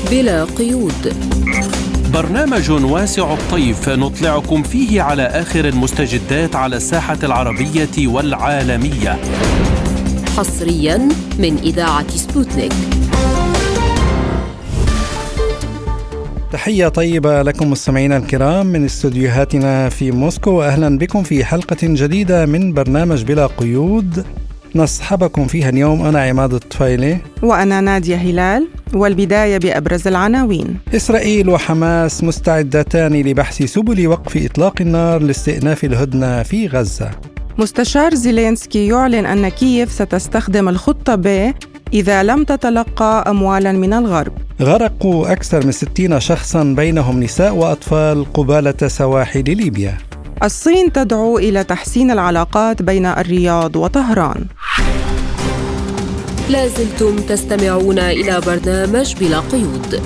بلا قيود، برنامج واسع الطيف نطلعكم فيه على آخر المستجدات على الساحة العربية والعالمية، حصريا من إذاعة سبوتنيك. تحية طيبة لكم مستمعينا الكرام من استوديوهاتنا في موسكو، وأهلا بكم في حلقة جديدة من برنامج بلا قيود نصحبكم فيها اليوم أنا عماد الطفيلي وأنا نادية هلال. والبداية بأبرز العناوين. إسرائيل وحماس مستعدتان لبحث سبل وقف إطلاق النار لاستئناف الهدنة في غزة. مستشار زيلينسكي يعلن أن كييف ستستخدم الخطة ب إذا لم تتلقى أموالا من الغرب. غرقوا أكثر من 60 شخصا بينهم نساء وأطفال قبالة سواحل ليبيا. الصين تدعو إلى تحسين العلاقات بين الرياض وطهران. لازلتم تستمعون إلى برنامج بلا قيود.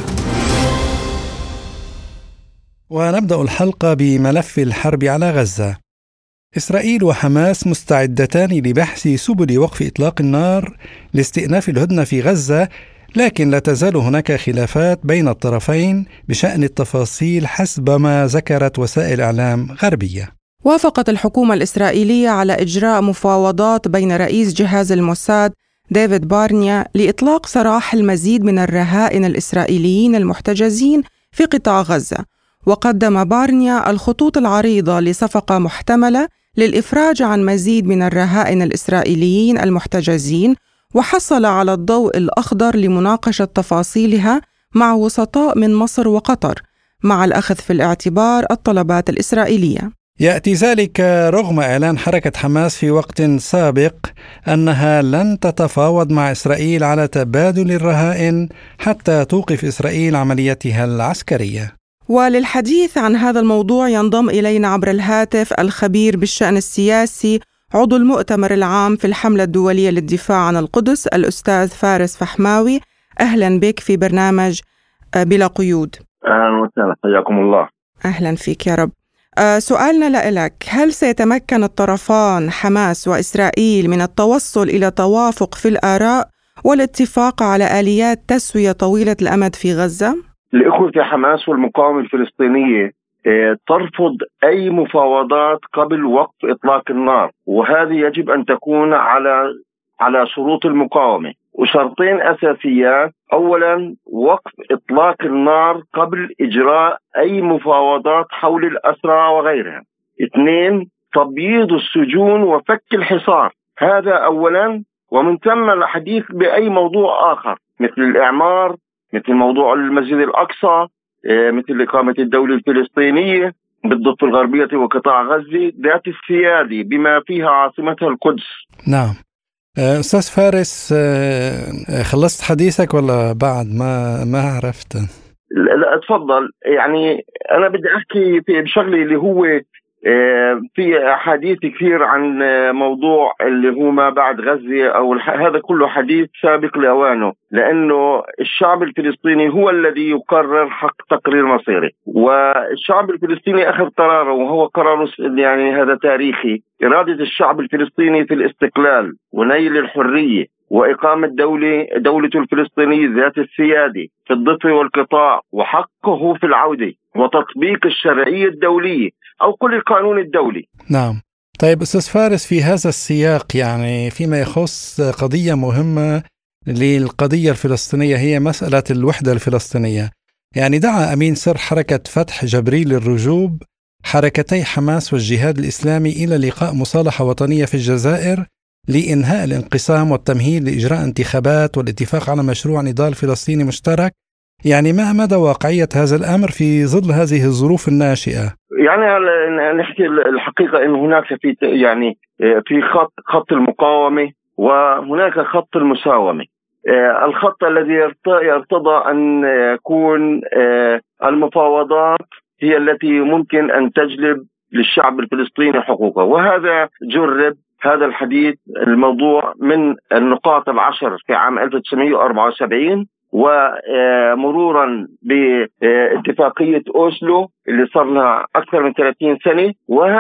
ونبدأ الحلقة بملف الحرب على غزة. إسرائيل وحماس مستعدتان لبحث سبل وقف إطلاق النار لاستئناف الهدنة في غزة، لكن لا تزال هناك خلافات بين الطرفين بشأن التفاصيل حسب ما ذكرت وسائل إعلام غربية. وافقت الحكومة الإسرائيلية على إجراء مفاوضات بين رئيس جهاز الموساد ديفيد بارنيا لإطلاق سراح المزيد من الرهائن الإسرائيليين المحتجزين في قطاع غزة. وقدم بارنيا الخطوط العريضة لصفقة محتملة للإفراج عن مزيد من الرهائن الإسرائيليين المحتجزين، وحصل على الضوء الأخضر لمناقشة تفاصيلها مع وسطاء من مصر وقطر، مع الأخذ في الاعتبار الطلبات الإسرائيلية. يأتي ذلك رغم إعلان حركة حماس في وقت سابق أنها لن تتفاوض مع إسرائيل على تبادل الرهائن حتى توقف إسرائيل عمليتها العسكرية. وللحديث عن هذا الموضوع ينضم إلينا عبر الهاتف الخبير بالشأن السياسي عضو المؤتمر العام في الحملة الدولية للدفاع عن القدس الأستاذ فارس فحماوي. أهلا بك في برنامج بلا قيود. أهلا وسهلا، حياكم الله. أهلا فيك يا رب. سؤالنا لك، هل سيتمكن الطرفان حماس وإسرائيل من التوصل إلى توافق في الآراء والاتفاق على آليات تسوية طويلة الأمد في غزة؟ الإخوة في حماس والمقاومة الفلسطينية ترفض أي مفاوضات قبل وقف إطلاق النار، وهذه يجب أن تكون على شروط المقاومة وشرطين أساسيات. أولا، وقف إطلاق النار قبل إجراء أي مفاوضات حول الأسرى وغيرها. اثنين، تبييض السجون وفك الحصار، هذا أولا، ومن ثم الحديث بأي موضوع آخر مثل الإعمار، مثل موضوع المسجد الأقصى، مثل إقامة الدولة الفلسطينية بالضفة الغربية وقطاع غزة ذات السيادة بما فيها عاصمتها القدس. نعم. أستاذ فارس، خلصت حديثك ولا بعد ما عرفت؟ لا اتفضل. يعني أنا بدي أحكي بشغلة اللي هو في حديث كثير عن موضوع اللي هو ما بعد غزة، أو هذا كله حديث سابق لأوانه، لأنه الشعب الفلسطيني هو الذي يقرر حق تقرير مصيره، والشعب الفلسطيني أخذ قراره، وهو قرار يعني هذا تاريخي. إرادة الشعب الفلسطيني في الاستقلال ونيل الحرية وإقامة دولته الفلسطينية ذات السيادة في الضفة والقطاع، وحقه في العودة وتطبيق الشرعية الدولية أو كل القانون الدولي. نعم. طيب أستاذ فارس، في هذا السياق يعني فيما يخص قضية مهمة للقضية الفلسطينية هي مسألة الوحدة الفلسطينية، يعني دعا أمين سر حركة فتح جبريل الرجوب حركتي حماس والجهاد الإسلامي إلى لقاء مصالحة وطنية في الجزائر لإنهاء الانقسام والتمهيد لإجراء انتخابات والاتفاق على مشروع نضال فلسطيني مشترك. يعني ما مدى واقعية هذا الأمر في ظل هذه الظروف الناشئة؟ يعني نحكي الحقيقة أن هناك في خط المقاومة وهناك خط المساومة. الخط الذي يرتضى أن يكون المفاوضات هي التي ممكن أن تجلب للشعب الفلسطيني حقوقه، وهذا جرب هذا الحديث الموضوع من النقاط 10 في عام 1974 ومرورا باتفاقية أوسلو اللي صار لها أكثر من 30 سنة.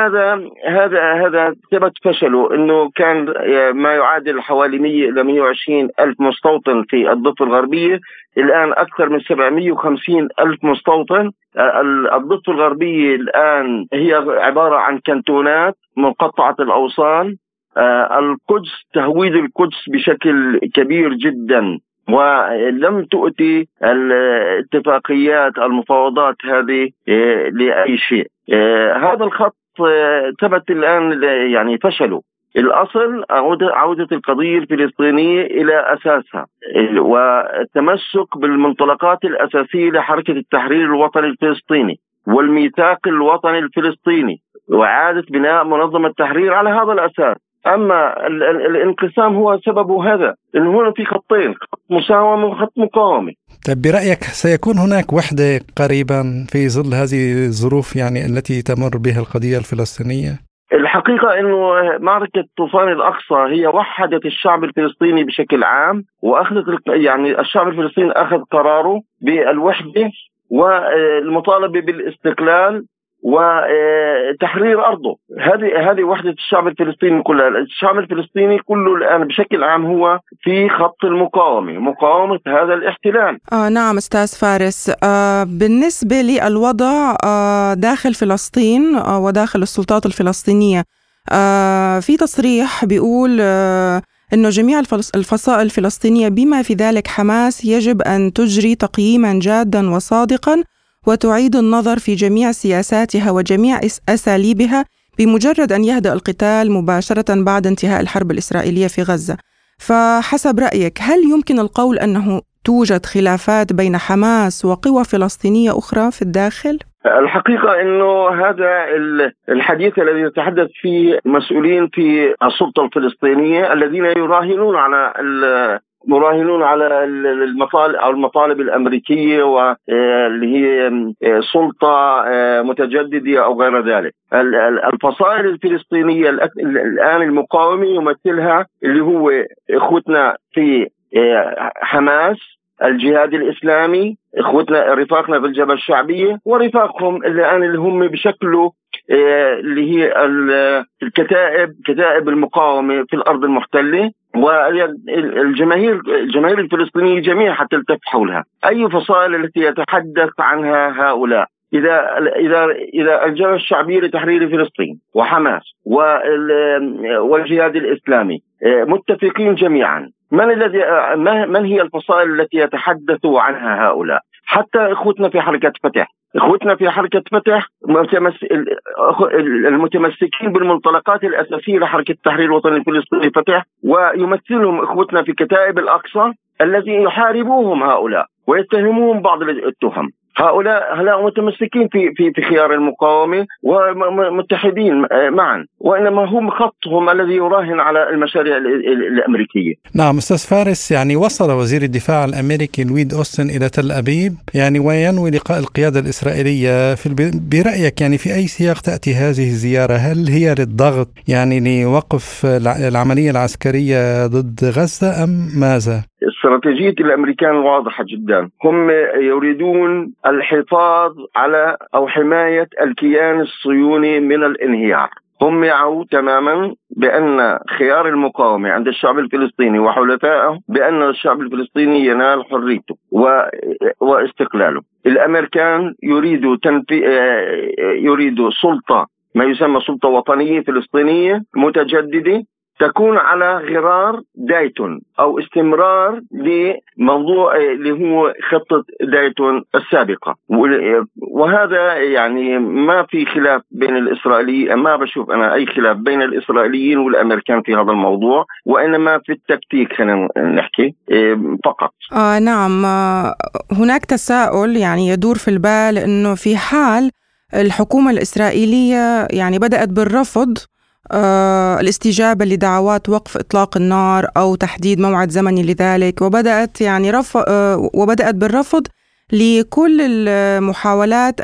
وهذا ثبت فشله، أنه كان ما يعادل حوالي 100 إلى 120 ألف مستوطن في الضفة الغربية، الآن أكثر من 750 ألف مستوطن. الضفة الغربية الآن هي عبارة عن كنتونات مقطعة الأوصال. القدس، تهويد القدس بشكل كبير جدا، ولم تؤتي الاتفاقيات المفاوضات هذه لأي شيء. هذا الخط ثبت الآن يعني فشله. الأصل عودة القضية الفلسطينية إلى أساسها، والتمسك بالمنطلقات الأساسية لحركة التحرير الوطني الفلسطيني والميثاق الوطني الفلسطيني، وإعادة بناء منظمة التحرير على هذا الأساس. أما الانقسام هو سببه هذا، إنه هنا في خطين، خط مساومة وخط مقاومة. طيب برأيك سيكون هناك وحدة قريبا في ظل هذه الظروف يعني التي تمر بها القضية الفلسطينية؟ الحقيقة إنه معركة طوفان الأقصى هي وحدت الشعب الفلسطيني بشكل عام، وأخذت يعني الشعب الفلسطيني أخذ قراره بالوحدة والمطالبة بالاستقلال وتحرير أرضه. هذه وحدة الشعب الفلسطيني كلها. الشعب الفلسطيني كله الآن بشكل عام هو في خط المقاومة، مقاومة هذا الاحتلال. نعم أستاذ فارس، بالنسبة للوضع داخل فلسطين وداخل السلطات الفلسطينية، في تصريح بيقول أنه جميع الفصائل الفلسطينية بما في ذلك حماس يجب أن تجري تقييما جادا وصادقا وتعيد النظر في جميع سياساتها وجميع أساليبها بمجرد أن يهدأ القتال مباشرة بعد انتهاء الحرب الإسرائيلية في غزة. فحسب رأيك، هل يمكن القول أنه توجد خلافات بين حماس وقوى فلسطينية أخرى في الداخل؟ الحقيقة أنه هذا الحديث الذي يتحدث فيه مسؤولين في السلطة الفلسطينية الذين يراهنون على المطالب الأمريكية، واللي هي سلطة متجددة أو غير ذلك. الفصائل الفلسطينية الآن المقاومة يمثلها اللي هو إخوتنا في حماس، الجهاد الإسلامي، إخوتنا رفاقنا في الجبهة الشعبية، ورفاقهم الآن اللي هم بشكله اللي هي كتائب المقاومة في الأرض المحتلة. والجماهير الفلسطينية جميعها تلتف حولها. أي فصائل التي يتحدث عنها هؤلاء، إذا الجبهة الشعبية لتحرير فلسطين وحماس والجهاد الإسلامي متفقين جميعا، من هي الفصائل التي يتحدث عنها هؤلاء؟ حتى إخوتنا في حركة فتح المتمسكين بالمنطلقات الأساسية لحركة التحرير الوطني الفلسطيني فتح، ويمثلهم إخوتنا في كتائب الأقصى الذي يحاربوهم هؤلاء ويتهموهم بعض التهم. هؤلاء متمسكين في خيار المقاومة ومتحدين معا، وإنما هم خطهم الذي يراهن على المشاريع الأمريكية. نعم أستاذ فارس، يعني وصل وزير الدفاع الأمريكي لويد أوستن إلى تل أبيب يعني وينوي لقاء القيادة الإسرائيلية. برأيك يعني في أي سياق تأتي هذه الزيارة؟ هل هي للضغط يعني لوقف العملية العسكرية ضد غزة أم ماذا؟ استراتيجية الأمريكان واضحة جدا، هم يريدون الحفاظ على أو حماية الكيان الصهيوني من الانهيار. هم يعوا تماما بأن خيار المقاومة عند الشعب الفلسطيني وحلفائه بأن الشعب الفلسطيني ينال حريته واستقلاله. الأمريكان يريدوا سلطة، ما يسمى سلطة وطنية فلسطينية متجددة تكون على غرار دايتون أو استمرار لموضوع اللي هو خطة دايتون السابقة. وهذا يعني ما في خلاف بين الإسرائيليين، ما بشوف أنا أي خلاف بين الإسرائيليين والأمريكان في هذا الموضوع، وإنما في التكتيك خلينا نحكي فقط. نعم، هناك تساؤل يعني يدور في البال إنه في حال الحكومة الإسرائيلية يعني بدأت بالرفض الاستجابة لدعوات وقف إطلاق النار أو تحديد موعد زمني لذلك، وبدأت يعني وبدأت بالرفض لكل المحاولات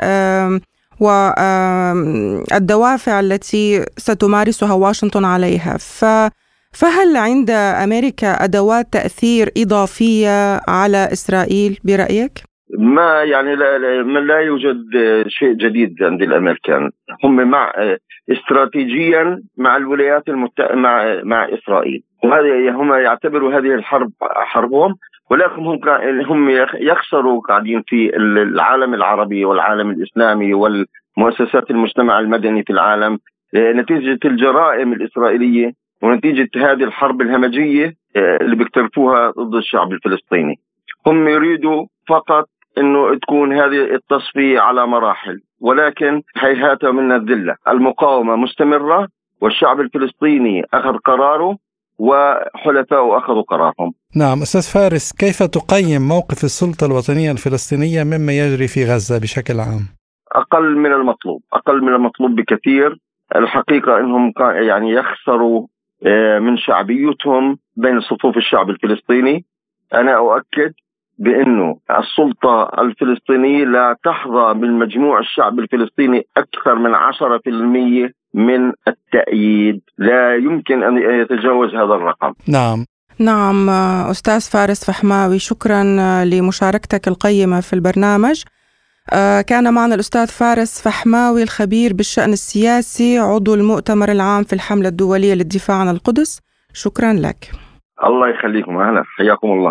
والدوافع التي ستمارسها واشنطن عليها. فهل عند أمريكا أدوات تأثير إضافية على إسرائيل برأيك؟ ما يعني لا يوجد شيء جديد عند الأمريكان. هم مع استراتيجيا مع الولايات المتحدة مع إسرائيل، وهذه هم يعتبروا هذه الحرب حربهم، ولكن هم يخسروا قاعدين في العالم العربي والعالم الإسلامي والمؤسسات المجتمع المدني في العالم نتيجة الجرائم الإسرائيلية ونتيجة هذه الحرب الهمجية اللي بيقترفوها ضد الشعب الفلسطيني. هم يريدوا فقط إنه تكون هذه التصفية على مراحل، ولكن هيهات من الذلة. المقاومة مستمرة والشعب الفلسطيني أخذ قراره وحلفائه أخذوا قرارهم. نعم أستاذ فارس، كيف تقيم موقف السلطة الوطنية الفلسطينية مما يجري في غزة بشكل عام؟ أقل من المطلوب بكثير. الحقيقة أنهم يعني يخسروا من شعبيتهم بين صفوف الشعب الفلسطيني. أنا أؤكد بأنه السلطة الفلسطينية لا تحظى من مجموع الشعب الفلسطيني أكثر من 10% من التأييد. لا يمكن أن يتجاوز هذا الرقم. نعم أستاذ فارس فحماوي، شكرا لمشاركتك القيمة في البرنامج. كان معنا الأستاذ فارس فحماوي الخبير بالشأن السياسي، عضو المؤتمر العام في الحملة الدولية للدفاع عن القدس. شكرا لك. الله يخليكم، أهلا، حياكم الله.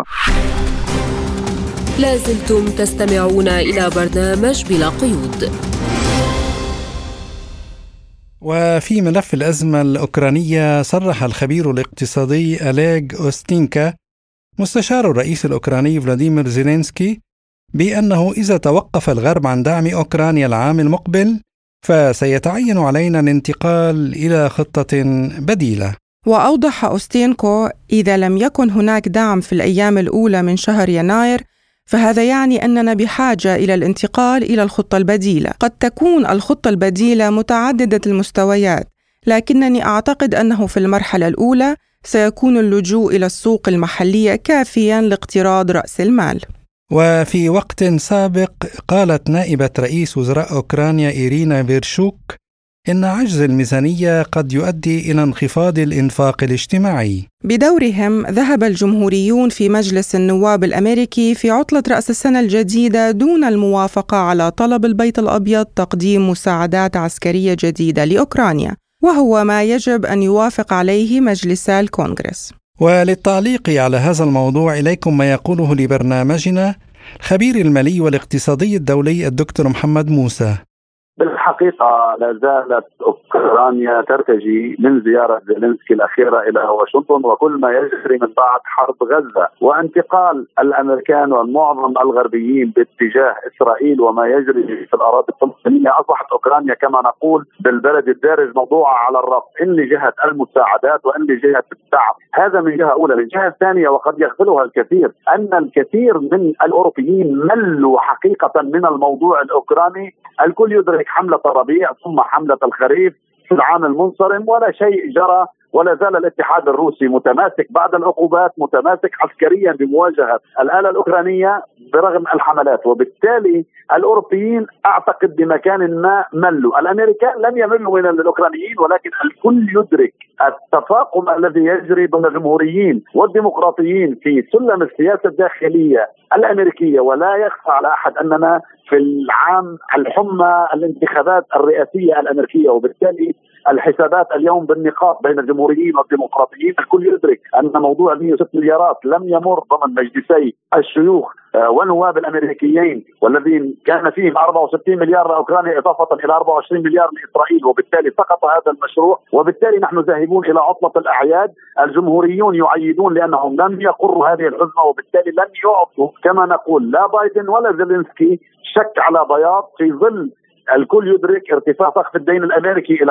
لازلتم تستمعون إلى برنامج بلا قيود. وفي ملف الأزمة الأوكرانية صرح الخبير الاقتصادي أليغ أوستينكا مستشار الرئيس الأوكراني فلاديمير زيلينسكي بأنه إذا توقف الغرب عن دعم أوكرانيا العام المقبل فسيتعين علينا الانتقال إلى خطة بديلة. وأوضح أوستينكو إذا لم يكن هناك دعم في الأيام الأولى من شهر يناير فهذا يعني أننا بحاجة إلى الانتقال إلى الخطة البديلة. قد تكون الخطة البديلة متعددة المستويات، لكنني أعتقد أنه في المرحلة الأولى سيكون اللجوء إلى السوق المحلية كافياً لاقتراض رأس المال. وفي وقت سابق قالت نائبة رئيس وزراء أوكرانيا إيرينا فيرشوك إن عجز الميزانية قد يؤدي إلى انخفاض الإنفاق الاجتماعي. بدورهم ذهب الجمهوريون في مجلس النواب الأمريكي في عطلة رأس السنة الجديدة دون الموافقة على طلب البيت الأبيض تقديم مساعدات عسكرية جديدة لأوكرانيا، وهو ما يجب أن يوافق عليه مجلس الكونغرس. وللتعليق على هذا الموضوع إليكم ما يقوله لبرنامجنا خبير المالي والاقتصادي الدولي الدكتور محمد موسى. بالحقيقة لا زالت أوكرانيا ترتجي من زيارة زيلينسكي الأخيرة إلى واشنطن وكل ما يجري من بعد حرب غزة وانتقال الأمريكان والمعظم الغربيين باتجاه إسرائيل وما يجري في الأراضي الفلسطينية. أصبحت أوكرانيا كما نقول بالبلد الدارج موضوعة على الرف، إن لجهة المساعدات وإن لجهة الدعم. هذا من جهة أولى. من جهة ثانية وقد يغفلها الكثير أن الكثير من الأوروبيين ملوا حقيقة من الموضوع الأوكراني. الكل يدرك حملة الربيع ثم حملة الخريف في العام المنصرم ولا شيء جرى، ولا زال الاتحاد الروسي متماسك بعد العقوبات، متماسك عسكريا بمواجهة الآلة الأوكرانية برغم الحملات. وبالتالي الأوروبيين أعتقد بمكان ما ملوا. الأمريكان لم يملوا من الأوكرانيين، ولكن الكل يدرك التفاقم الذي يجري بين الجمهوريين والديمقراطيين في سلم السياسة الداخلية الأمريكية. ولا يخفى على أحد أننا في العام الحمى الانتخابات الرئاسية الأمريكية، وبالتالي الحسابات اليوم بالنقاط بين الجمهوريين والديمقراطيين. الكل يدرك أن موضوع 106 مليارات لم يمر ضمن مجلسي الشيوخ والنواب الأمريكيين، والذين كان فيهم 64 مليار لأوكرانيا إضافة إلى 24 مليار لإسرائيل، وبالتالي سقط هذا المشروع. وبالتالي نحن ذاهبون إلى عطلة الأعياد. الجمهوريون يعيدون لأنهم لم يقروا هذه الحزمة، وبالتالي لن يعطوا كما نقول لا بايدن ولا زيلينسكي شك على بياض في ظل الكل يدرك ارتفاع سقف الدين الامريكي الى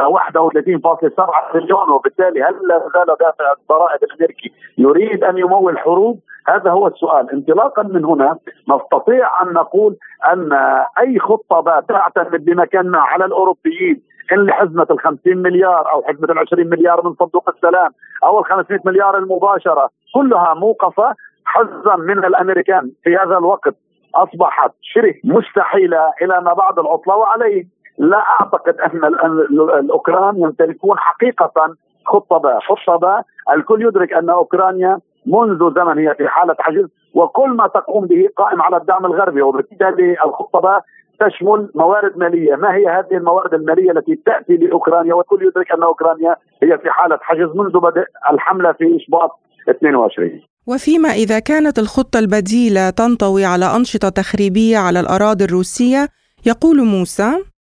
31.7 تريليون. وبالتالي هل لا زال دافع الضرائب الامريكي يريد ان يمول حروب؟ هذا هو السؤال. انطلاقا من هنا نستطيع ان نقول ان اي خطه تعتمد بمكان ما على الاوروبيين، ان حزمه ال50 مليار او حزمه ال20 مليار من صندوق السلام او ال500 مليار المباشره، كلها موقفه حزا من الامريكان في هذا الوقت أصبحت شبه مستحيلة إلى ما بعد العطلة. وعليه لا أعتقد أن الأوكران يمتلكون حقيقة خطة باء. الكل يدرك أن أوكرانيا منذ زمن هي في حالة عجز، وكل ما تقوم به قائم على الدعم الغربي، وبالتالي الخطة باء تشمل موارد مالية. ما هي هذه الموارد المالية التي تأتي لأوكرانيا؟ والكل يدرك أن أوكرانيا هي في حالة حجز منذ بدء الحملة في شباط 22. وفيما إذا كانت الخطة البديلة تنطوي على أنشطة تخريبية على الأراضي الروسية، يقول موسى: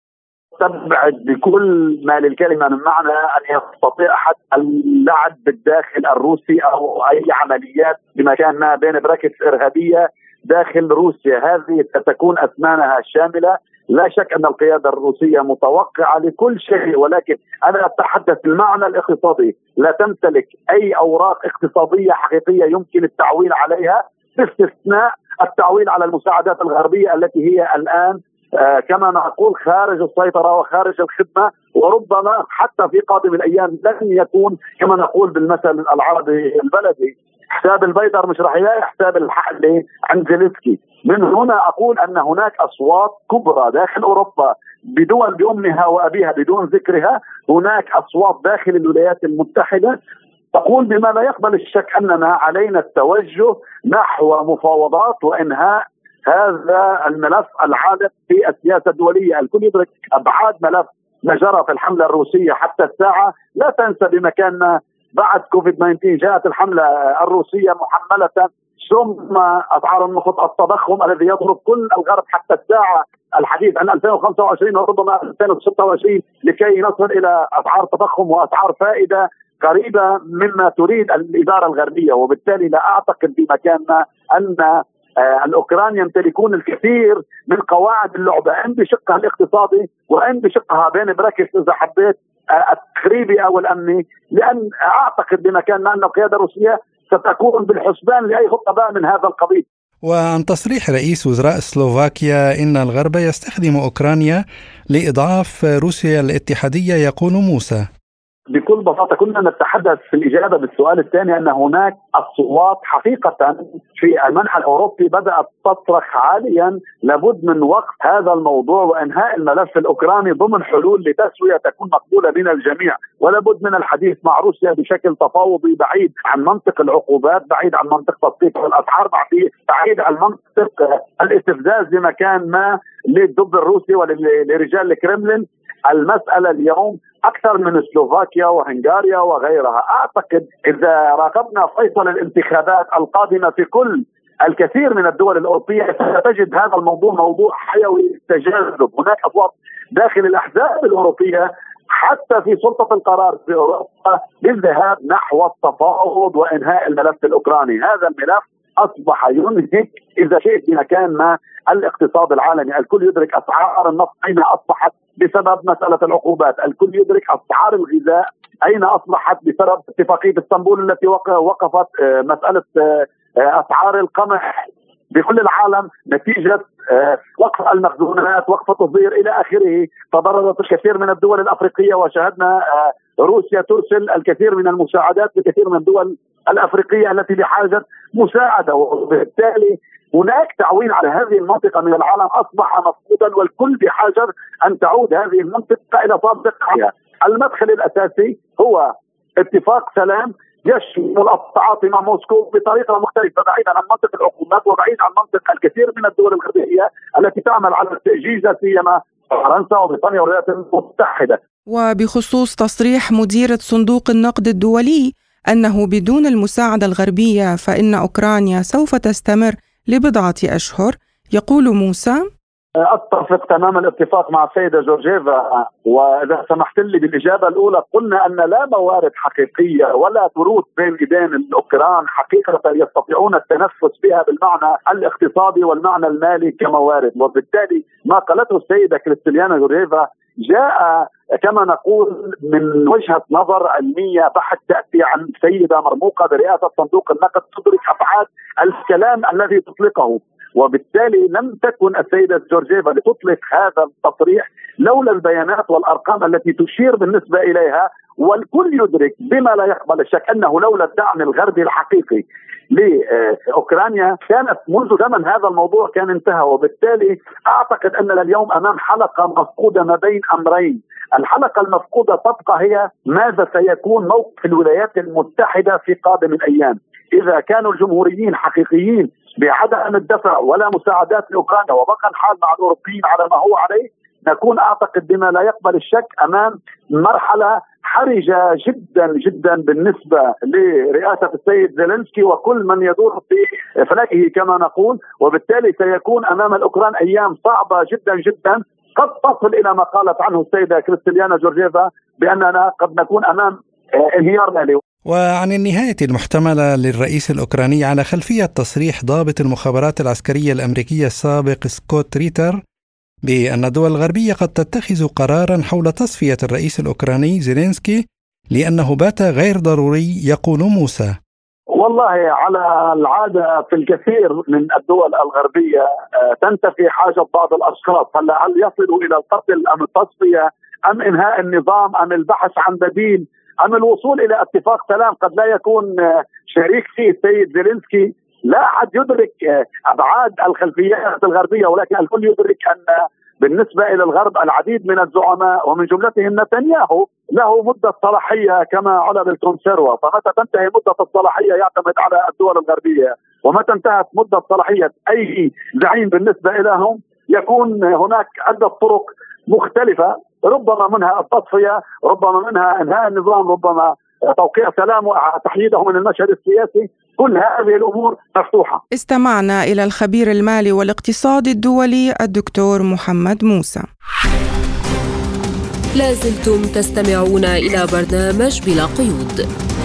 تبعد بكل ما للكلمة من معنى أن يستطيع حتى اللعب بالداخل الروسي أو أي عمليات بمكان ما بين براكتس إرهابية داخل روسيا. هذه ستكون أثمانها شاملة. لا شك أن القيادة الروسية متوقعة لكل شيء، ولكن أنا أتحدث بالمعنى الاقتصادي. لا تمتلك أي أوراق اقتصادية حقيقية يمكن التعويل عليها، باستثناء التعويل على المساعدات الغربية التي هي الآن كما نقول خارج السيطرة وخارج الخدمة، وربما حتى في قادم الأيام لن يكون كما نقول بالمثل العربي البلدي حساب البيضر مش راح يلاقي حساب الحقل عند زيلينسكي. من هنا أقول أن هناك أصوات كبرى داخل أوروبا بدول بأمها وأبيها بدون ذكرها. هناك أصوات داخل الولايات المتحدة تقول بما لا يقبل الشك أننا علينا التوجه نحو مفاوضات وإنهاء هذا الملف العالق في السياسة الدولية. الكل يدرك أبعاد ملف ما جرى في الحملة الروسية حتى الساعة. لا تنسى بمكاننا بعد كوفيد-19 جاءت الحملة الروسية محملة، ثم أسعار النفط، التضخم الذي يضرب كل الغرب حتى الساعة. الحديث عن 2025 وربما 2026 لكي نصل إلى أسعار تضخم وأسعار فائدة قريبة مما تريد الإدارة الغربية. وبالتالي لا أعتقد بمكاننا أن الأوكران يمتلكون الكثير من قواعد اللعبة، إن بشقها الاقتصادي وإن بشقها بين براكتس إذا حبيت التخريبي أو الأمني، لأن أعتقد بمكاننا أن القيادة الروسية ستكون بالحسبان لأي خطة باء من هذا القبيل. وعن تصريح رئيس وزراء سلوفاكيا إن الغرب يستخدم أوكرانيا لإضعاف روسيا الاتحادية، يقول موسى: بكل بساطة كنا نتحدث في الإجابة بالسؤال الثاني أن هناك أصوات حقيقة في المنحى الأوروبي بدأت تطرح حاليا لابد من وقف هذا الموضوع وإنهاء الملف الأوكراني ضمن حلول لتسوية تكون مقبولة من الجميع، ولابد من الحديث مع روسيا بشكل تفاوضي بعيد عن منطق العقوبات، بعيد عن منطق تسقيط الأسعار، بعيد عن منطق الاستفزاز بمكان ما للضد الروسي ولرجال الكرملين. المسألة اليوم أكثر من سلوفاكيا وهنغاريا وغيرها. أعتقد إذا راقبنا فيصل الانتخابات القادمة في كل الكثير من الدول الأوروبية ستجد هذا الموضوع موضوع حيوي تجاذب. هناك أصوات داخل الأحزاب الأوروبية حتى في سلطة القرار في أوروبا للذهاب نحو التفاوض وإنهاء الملف الأوكراني. هذا الملف أصبح ينهك إذا شئت بمكان ما الاقتصاد العالمي. الكل يدرك أسعار النفط أين أصبحت بسبب مسألة العقوبات، الكل يدرك أسعار الغذاء أين أصبحت بسبب اتفاقية اسطنبول التي وقفت مسألة أسعار القمح بكل العالم نتيجة وقف المخزونات، وقف التصدير إلى آخره. تضررت الكثير من الدول الأفريقية وشاهدنا روسيا ترسل الكثير من المساعدات لكثير من الدول الأفريقية التي بحاجة مساعدة، وبالتالي هناك تعويل على هذه المنطقة من العالم أصبح مفقودا، والكل بحاجة أن تعود هذه المنطقة إلى سابقها. المدخل الأساسي هو اتفاق سلام يشمل التعاطي مع موسكو بطريقة مختلفة بعيدا عن منطق العقوبات وبعيدا عن منطق الكثير من الدول الغربية التي تعمل على التأجيج، لا سيما فرنسا وبريطانيا والولايات المتحدة. وبخصوص تصريح مديرة صندوق النقد الدولي أنه بدون المساعدة الغربية فإن أوكرانيا سوف تستمر لبضعة أشهر، يقول موسى: أتفق تماما الاتفاق مع السيدة جورجيفا. وإذا سمحت لي بالإجابة الأولى، قلنا أن لا موارد حقيقية ولا تروت بين إيدين الأوكران حقيقة يستطيعون التنفس بها بالمعنى الاقتصادي والمعنى المالي كموارد. وبالتالي ما قالته السيدة كريستاليانا جورجيفا جاء كما نقول من وجهة نظر علمية بحت تأتي عن سيدة مرموقة برئاسة صندوق النقد تدرك أبعاد الكلام الذي تطلقه. وبالتالي لم تكن السيدة جورجيفا لتطلق هذا التصريح لولا البيانات والأرقام التي تشير بالنسبة إليها. والكل يدرك بما لا يقبل الشك أنه لولا الدعم الغربي الحقيقي لأوكرانيا كانت منذ زمن هذا الموضوع كان انتهى. وبالتالي أعتقد أننا اليوم أمام حلقة مفقودة ما بين أمرين: الحلقة المفقودة تبقى هي ماذا سيكون موقف الولايات المتحدة في قادم الأيام. إذا كانوا الجمهوريين حقيقيين بعدم الدفع ولا مساعدات لأوكرانيا وبقى الحال مع الأوروبيين على ما هو عليه، نكون أعتقد بما لا يقبل الشك أمام مرحلة حرجة جدا جدا بالنسبة لرئاسة السيد زيلينسكي وكل من يدور في فلكه كما نقول، وبالتالي سيكون أمام الأوكران أيام صعبة جدا جدا، قد تصل إلى ما قالت عنه السيدة كريستاليانا جورجيفا بأننا قد نكون أمام انهيار مالي. وعن النهاية المحتملة للرئيس الأوكراني على خلفية تصريح ضابط المخابرات العسكرية الأمريكية السابق سكوت ريتر بأن الدول الغربية قد تتخذ قرارا حول تصفية الرئيس الأوكراني زيلينسكي لأنه بات غير ضروري، يقول موسى. والله على العادة في الكثير من الدول الغربية تنتفي حاجة بعض الأشخاص، هل يصلوا إلى القتل أم التصفية أم إنهاء النظام أم البحث عن بديل أم الوصول إلى اتفاق سلام قد لا يكون شريك فيه السيد زيلينسكي. لا أحد يدرك أبعاد الخلفيات الغربية، ولكن الكل يدرك أن بالنسبة إلى الغرب العديد من الزعماء ومن جملتهم نتنياهو له مدة صلاحية كما على بالكونسيروا، فمتى تنتهي مدة الصلاحية يعتمد على الدول الغربية، ومتى انتهت مدة صلاحية أي زعيم بالنسبة إليهم يكون هناك عدة طرق مختلفة، ربما منها التصفية، ربما منها انهاء النظام، ربما توقيع سلام وتحييده من المشهد السياسي. كل هذه الأمور مفتوحة. استمعنا إلى الخبير المالي والاقتصادي الدولي الدكتور محمد موسى. لازلتم تستمعون إلى برنامج بلا قيود.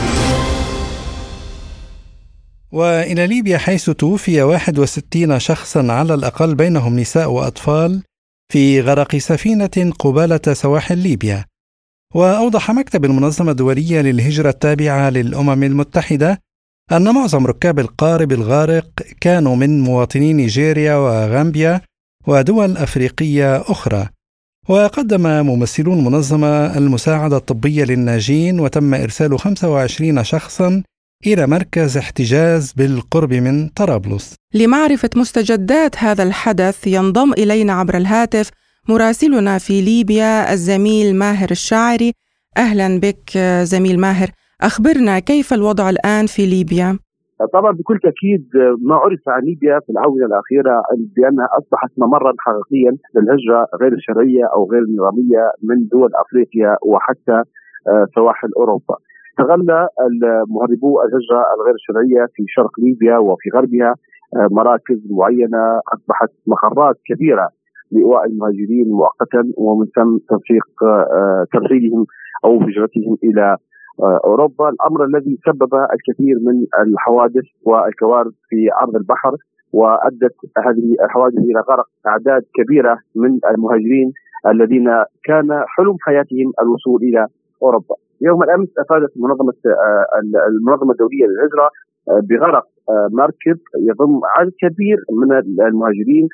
وإلى ليبيا، حيث توفي 61 شخصا على الأقل بينهم نساء وأطفال في غرق سفينة قبالة سواحل ليبيا. وأوضح مكتب المنظمة الدولية للهجرة التابعة للأمم المتحدة أن معظم ركاب القارب الغارق كانوا من مواطني نيجيريا وغامبيا ودول أفريقية أخرى. وقدم ممثلو المنظمة المساعدة الطبية للناجين، وتم إرسال 25 شخصا إلى مركز احتجاز بالقرب من طرابلس. لمعرفة مستجدات هذا الحدث ينضم إلينا عبر الهاتف مراسلنا في ليبيا الزميل ماهر الشاعري. أهلا بك زميل ماهر، أخبرنا كيف الوضع الآن في ليبيا؟ طبعا بكل تأكيد ما عرف عن ليبيا في الآونة الأخيرة بأنها أصبحت ممرا حقيقيا للهجرة غير الشرعية أو غير النظامية من دول أفريقيا وحتى سواحل أوروبا. تغلى مهربو الهجرة الغير الشرعية في شرق ليبيا وفي غربها مراكز معينة أصبحت مقرات كبيرة لإيواء المهاجرين مؤقتا، ومن ثم تنسيق ترحيلهم أو هجرتهم إلى أوروبا، الأمر الذي سبب الكثير من الحوادث والكوارث في عرض البحر، وأدت هذه الحوادث إلى غرق أعداد كبيرة من المهاجرين الذين كان حلم حياتهم الوصول إلى أوروبا. يوم الأمس أفادت المنظمة الدولية للهجرة بغرق مركب يضم عدد كبير من المهاجرين،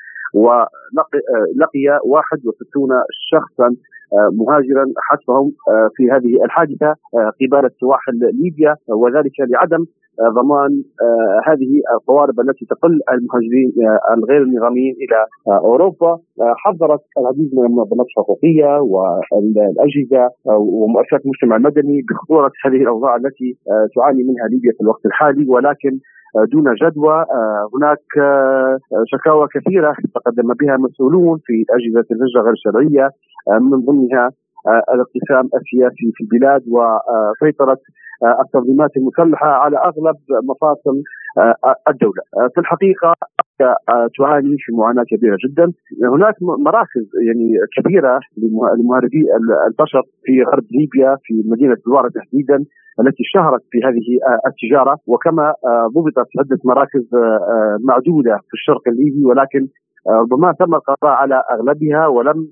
ولقي 61 شخصا مهاجرا حتفهم في هذه الحادثة قبالة سواحل ليبيا، وذلك لعدم ضمان هذه القوارب التي تقل المهاجرين الغير النظاميين إلى أوروبا. حذرت العديد من المنظمات الحقوقية والأجهزة ومؤسسات المجتمع المدني بخطورة هذه الأوضاع التي تعاني منها ليبيا في الوقت الحالي، ولكن دون جدوى. هناك شكاوى كثيرة تقدم بها مسؤولون في أجهزة الهجرة غير الشرعية، من ضمنها الاقتسام السياسي في البلاد وسيطرة التنظيمات المسلحة على أغلب مفاصل الدولة. في الحقيقة تعاني في معاناة كبيرة جدا. هناك مراكز كبيرة لمهربي البشر في غرب ليبيا في مدينة دوارة تحديدا التي اشتهرت في هذه التجارة، وكما ضبطت عدة مراكز معدودة في الشرق الليبي، ولكن ربما تم القضاء على أغلبها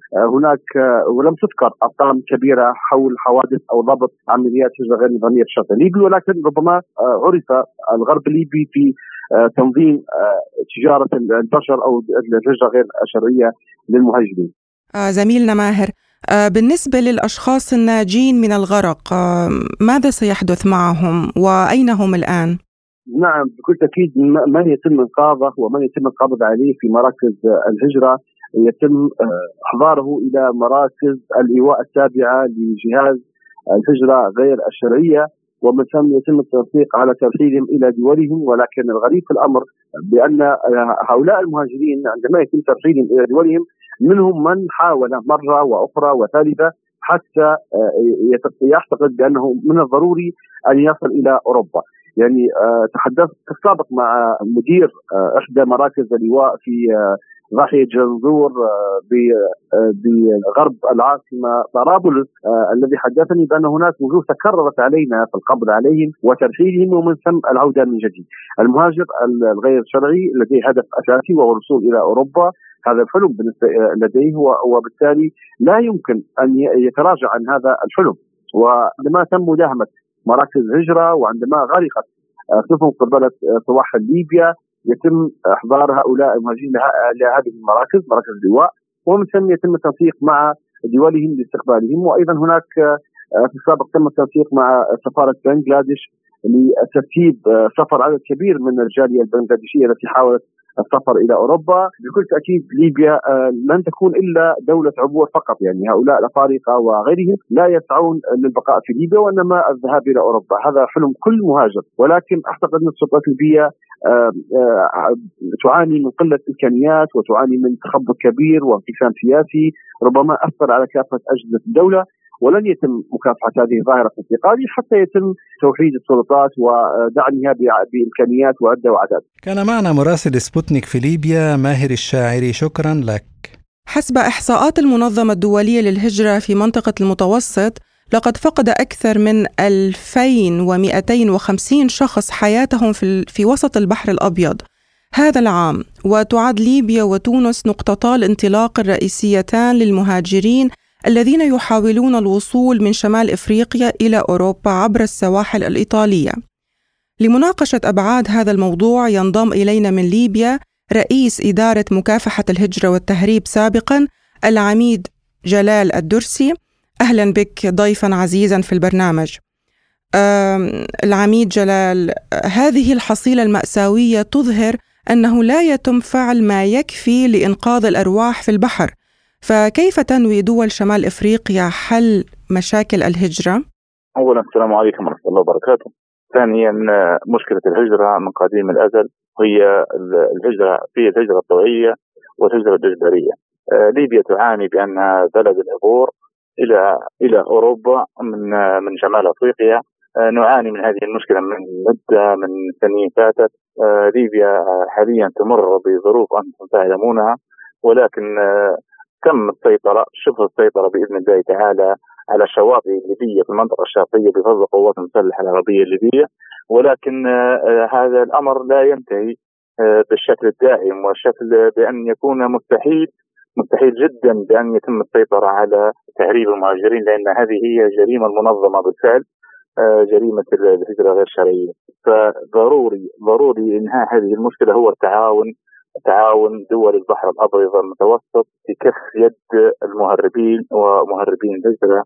ولم تذكر أرقام كبيرة حول حوادث أو ضبط عمليات هجرة غير نظامية في الشرق الليبي، ولكن ربما عرف الغرب الليبي في تنظيم تجارة البشر أو الهجرة غير الشرعية للمهاجرين. زميلنا ماهر، بالنسبة للأشخاص الناجين من الغرق ماذا سيحدث معهم وأين هم الآن؟ نعم، بكل تأكيد من يتم إنقاذه ومن يتم القبض عليه في مراكز الهجرة يتم إحضاره إلى مراكز الإيواء التابعة لجهاز الهجرة غير الشرعية، ومن ثم يتم التنسيق على ترحيلهم إلى دولهم. ولكن الغريب في الأمر بأن هؤلاء المهاجرين عندما يتم ترحيلهم إلى دولهم منهم من حاول مرة وأخرى وثالثة حتى يعتقد بأنه من الضروري أن يصل إلى أوروبا. يعني تحدثت سابق مع مدير إحدى مراكز اللواء في ضاحية جنزور بغرب العاصمة طرابلس، الذي حدثني بأن هناك وجوه تكررت علينا في القبض عليهم وترحيلهم ومن ثم العودة من جديد. المهاجر الغير شرعي لديه هدف أساسي وهو الوصول إلى أوروبا، هذا الحلم لديه، وبالتالي لا يمكن أن يتراجع عن هذا الحلم. وعندما تم مداهمة مراكز الهجرة وعندما غرقت سفن قبالة سواحل ليبيا يتم إحضار هؤلاء المهاجرين لهذه المراكز، مراكز اللواء، ومن ثم يتم التنسيق مع دولهم لاستقبالهم. وأيضا هناك في السابق تم التنسيق مع سفارة بنغلاديش لترتيب سفر عدد كبير من الجالية البنغلاديشية التي حاولت السفر إلى أوروبا. بكل تأكيد ليبيا لن تكون إلا دولة عبور فقط، يعني هؤلاء الأفارقة وغيرهم لا يسعون للبقاء في ليبيا وإنما الذهاب إلى أوروبا، هذا حلم كل مهاجر. ولكن أعتقد أن السلطات الليبية تعاني من قلة إمكانيات وتعاني من تخبط كبير وانقسام سياسي ربما أثر على كافة أجهزة الدولة، ولن يتم مكافحة هذه الظاهرة في انتقالي حتى يتم توحيد السلطات ودعمها بإمكانيات وعدة وعدد. كان معنا مراسل سبوتنيك في ليبيا ماهر الشاعري، شكرا لك. حسب إحصاءات المنظمة الدولية للهجرة في منطقة المتوسط، لقد فقد أكثر من 2250 شخص حياتهم في وسط البحر الأبيض هذا العام، وتعد ليبيا وتونس نقطتا الانطلاق الرئيسيتان للمهاجرين الذين يحاولون الوصول من شمال إفريقيا إلى أوروبا عبر السواحل الإيطالية. لمناقشة أبعاد هذا الموضوع ينضم إلينا من ليبيا رئيس إدارة مكافحة الهجرة والتهريب سابقا العميد جلال الدرسي. أهلا بك ضيفا عزيزا في البرنامج. العميد جلال، هذه الحصيلة المأساوية تظهر أنه لا يتم فعل ما يكفي لإنقاذ الأرواح في البحر، فكيف تنوي دول شمال إفريقيا حل مشاكل الهجرة؟ أولا السلام عليكم ورحمة الله وبركاته. ثانيا مشكلة الهجرة من قديم الأزل هي الهجرة، في الهجرة الطوعية والهجرة الإجبارية. ليبيا تعاني بأنها بلد العبور إلى أوروبا من شمال أفريقيا. نعاني من هذه المشكلة من مدة من سنين فاتت. ليبيا حاليا تمر بظروف أنتم تعلمونها، ولكن تم السيطرة، شبه السيطرة بإذن الله تعالى على الشواطئ الليبية في المنطقة الشرقية بفضل القوات المسلحة العربية الليبية. ولكن هذا الأمر لا ينتهي بالشكل الدائم، والشكل بأن يكون مستحيل جدا بأن يتم السيطرة على تهريب المهاجرين، لأن هذه هي جريمة منظمة بالفعل، جريمة الهجرة غير شرعية. فضروري إنهاء هذه المشكلة هو تعاون دول البحر الأبيض المتوسط في كف يد المهربين ومهربين الهجرة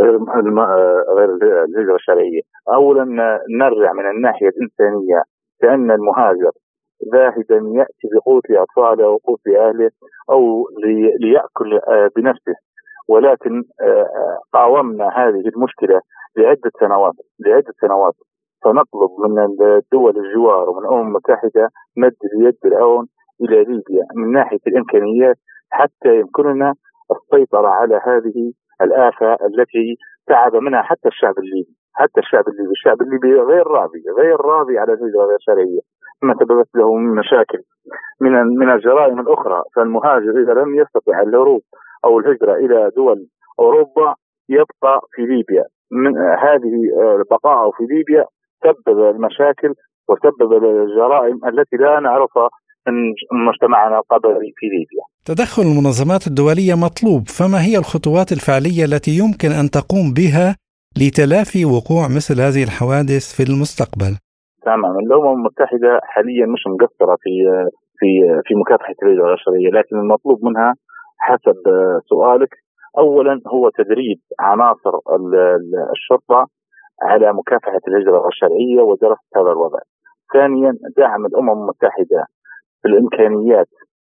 غير الهجرة الشرعية. أولا نرجع من الناحية الإنسانية، كأن المهاجر ذاهبا يأتي بقوت لأطفاله أو قوت لأهله أو ليأكل بنفسه، ولكن قاومنا هذه المشكلة لعدة سنوات، فنطلب من الدول الجوار ومن الأمم المتحدة مد اليد العون إلى ليبيا من ناحية الإمكانيات حتى يمكننا السيطرة على هذه الآفة التي تعب منها حتى الشعب الليبي. الشعب الليبي غير راضي على الهجرة غير شرعية، ما سببت له من مشاكل من الجرائم الأخرى. فالمهاجر إذا لم يستطع الهروب أو الهجرة إلى دول أوروبا يبقى في ليبيا. من هذه بقائه في ليبيا سبب المشاكل وسبب الجرائم التي لا نعرفها من مجتمعنا القبلي في ليبيا. تدخل المنظمات الدولية مطلوب، فما هي الخطوات الفعلية التي يمكن أن تقوم بها لتلافي وقوع مثل هذه الحوادث في المستقبل؟ تمام. الأمم المتحدة حاليا مش مقصرة في مكافحة الهجرة الشرعية، لكن المطلوب منها حسب سؤالك أولا هو تدريب عناصر الشرطة على مكافحة الهجرة الشرعية ودراسة هذا الوضع. ثانيا دعم الأمم المتحدة بالإمكانيات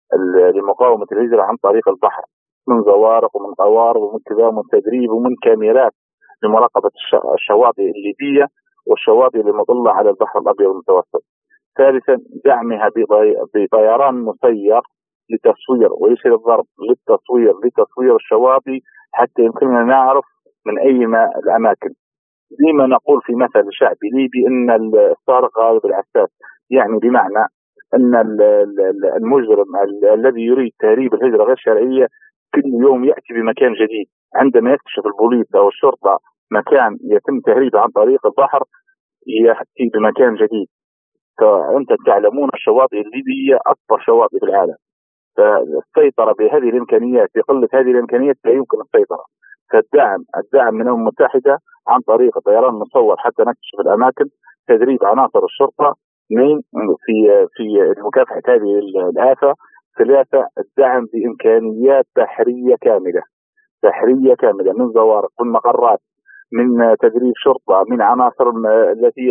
لمقاومة الهجرة عن طريق البحر، من زوارق ومن قوارب ومن كذا ومن تدريب ومن كاميرات لمراقبة الشواطئ الليبية والشواطئ المطلة على البحر الأبيض المتوسط. ثالثا دعمها بطيران مسير لتصوير ويسير الضرب لتصوير الشواطئ حتى يمكننا نعرف من أي الأماكن. زي ما نقول في مثل شعبي ليبي إن السارق غالب العساس، يعني بمعنى أن المجرم الذي يريد تهريب الهجرة غير شرعية كل يوم يأتي بمكان جديد. عندما يكتشف البوليس أو الشرطة مكان يتم تهريبه عن طريق البحر يأتي بمكان جديد. فأنت تعلمون الشواطئ الليبية أكبر شواطئ في العالم، فالسيطرة بهذه الإمكانيات بقلة هذه الإمكانيات لا يمكن السيطرة. فالدعم من الأمم المتحدة عن طريق الطيران المصور حتى نكتشف الأماكن، تدريب عناصر الشرطة في مكافحة هذه الآفة. ثلاثة الدعم بإمكانيات بحرية كاملة من زوارق، من مقرات، من تدريب شرطة، من عناصر التي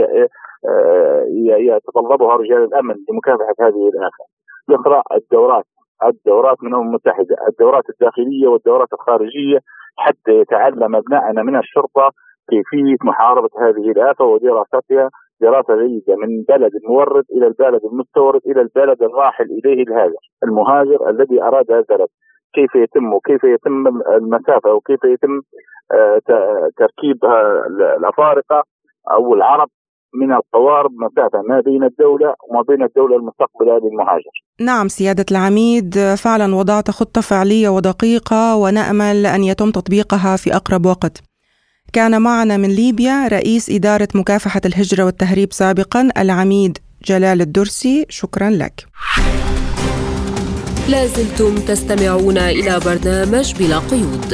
يتطلبها رجال الأمن لمكافحة هذه الآفة. الأخرى الدورات من الأمم المتحدة، الدورات الداخلية والدورات الخارجية، حتى يتعلم أبنائنا من الشرطة كيفية محاربة هذه الآفة ودراستها دراسة جيدة من بلد المورد إلى البلد المستورد إلى البلد الراحل إليه المهاجر الذي أراد هذا البلد، كيف يتم المسافة وكيف يتم تركيب الأفارقة أو العرب من القوارب مسافة ما بين الدولة وما بين الدولة المستقبلة للمهاجر. نعم سيادة العميد، فعلا وضعت خطة فعلية ودقيقة ونأمل أن يتم تطبيقها في أقرب وقت. كان معنا من ليبيا رئيس إدارة مكافحة الهجرة والتهريب سابقا العميد جلال الدرسي، شكرا لك. لازلتم تستمعون إلى برنامج بلا قيود.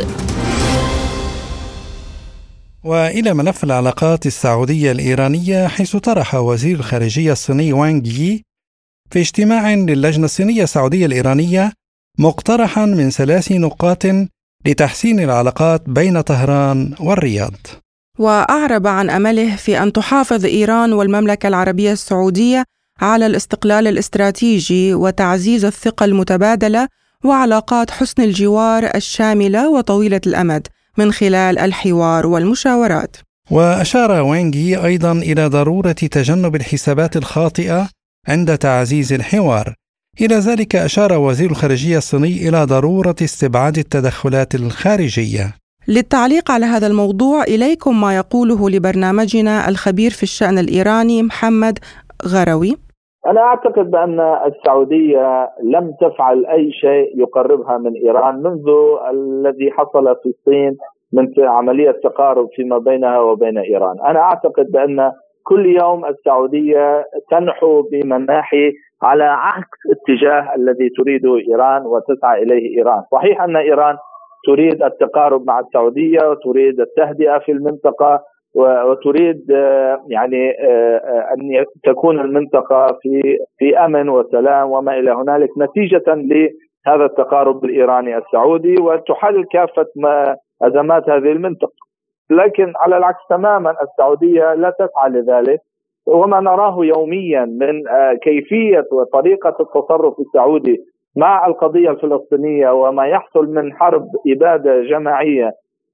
وإلى ملف العلاقات السعودية الإيرانية، حيث طرح وزير الخارجية الصيني وانغ يي في اجتماع للجنة الصينية السعودية الإيرانية مقترحا من 3 نقاط لتحسين العلاقات بين طهران والرياض. وأعرب عن أمله في أن تحافظ إيران والمملكة العربية السعودية على الاستقلال الاستراتيجي وتعزيز الثقة المتبادلة وعلاقات حسن الجوار الشاملة وطويلة الأمد من خلال الحوار والمشاورات. وأشار وانغ يي أيضا إلى ضرورة تجنب الحسابات الخاطئة عند تعزيز الحوار. إلى ذلك أشار وزير الخارجية الصيني إلى ضرورة استبعاد التدخلات الخارجية. للتعليق على هذا الموضوع إليكم ما يقوله لبرنامجنا الخبير في الشأن الإيراني محمد غروي. أنا أعتقد بأن السعودية لم تفعل أي شيء يقربها من إيران منذ الذي حصل في الصين من عملية تقارب فيما بينها وبين إيران. أنا أعتقد بأن كل يوم السعودية تنحو بمناحي على عكس اتجاه الذي تريده إيران وتسعى إليه إيران. صحيح أن إيران تريد التقارب مع السعودية وتريد التهدئة في المنطقة وتريد يعني أن تكون المنطقة في أمن وسلام وما إلى هنالك نتيجة لهذا التقارب الإيراني السعودي، وتحل كافة أزمات هذه المنطقة. لكن على العكس تماما السعودية لا تسعى لذلك، وما نراه يوميا من كيفية وطريقة التصرف السعودي مع القضية الفلسطينية وما يحصل من حرب إبادة جماعية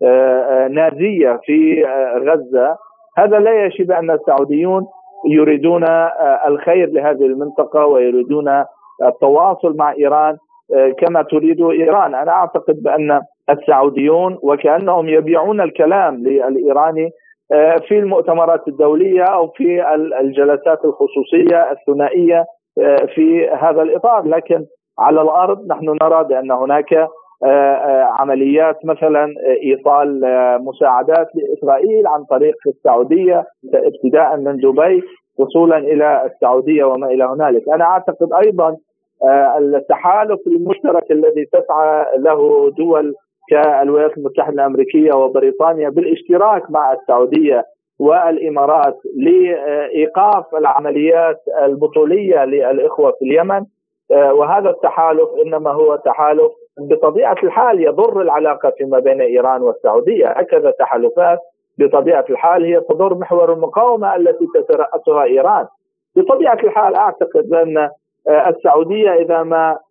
نازية في غزة، هذا لا يشي بأن السعوديون يريدون الخير لهذه المنطقة ويريدون التواصل مع إيران كما تريد إيران. أنا أعتقد بأن السعوديون وكأنهم يبيعون الكلام للإيراني في المؤتمرات الدولية أو في الجلسات الخصوصية الثنائية في هذا الإطار، لكن على الأرض نحن نرى بأن هناك عمليات مثلا إيصال مساعدات لإسرائيل عن طريق السعودية ابتداء من دبي وصولا إلى السعودية وما إلى هنالك. أنا أعتقد أيضا التحالف المشترك الذي تسعى له دول كالولايات المتحدة الأمريكية وبريطانيا بالاشتراك مع السعودية والإمارات لإيقاف العمليات البطولية للإخوة في اليمن، وهذا التحالف إنما هو تحالف بطبيعة الحال يضر العلاقة فيما بين إيران والسعودية. هكذا تحالفات بطبيعة الحال هي تضر محور المقاومة التي تترأسها إيران. بطبيعة الحال أعتقد أن السعودية إذا ما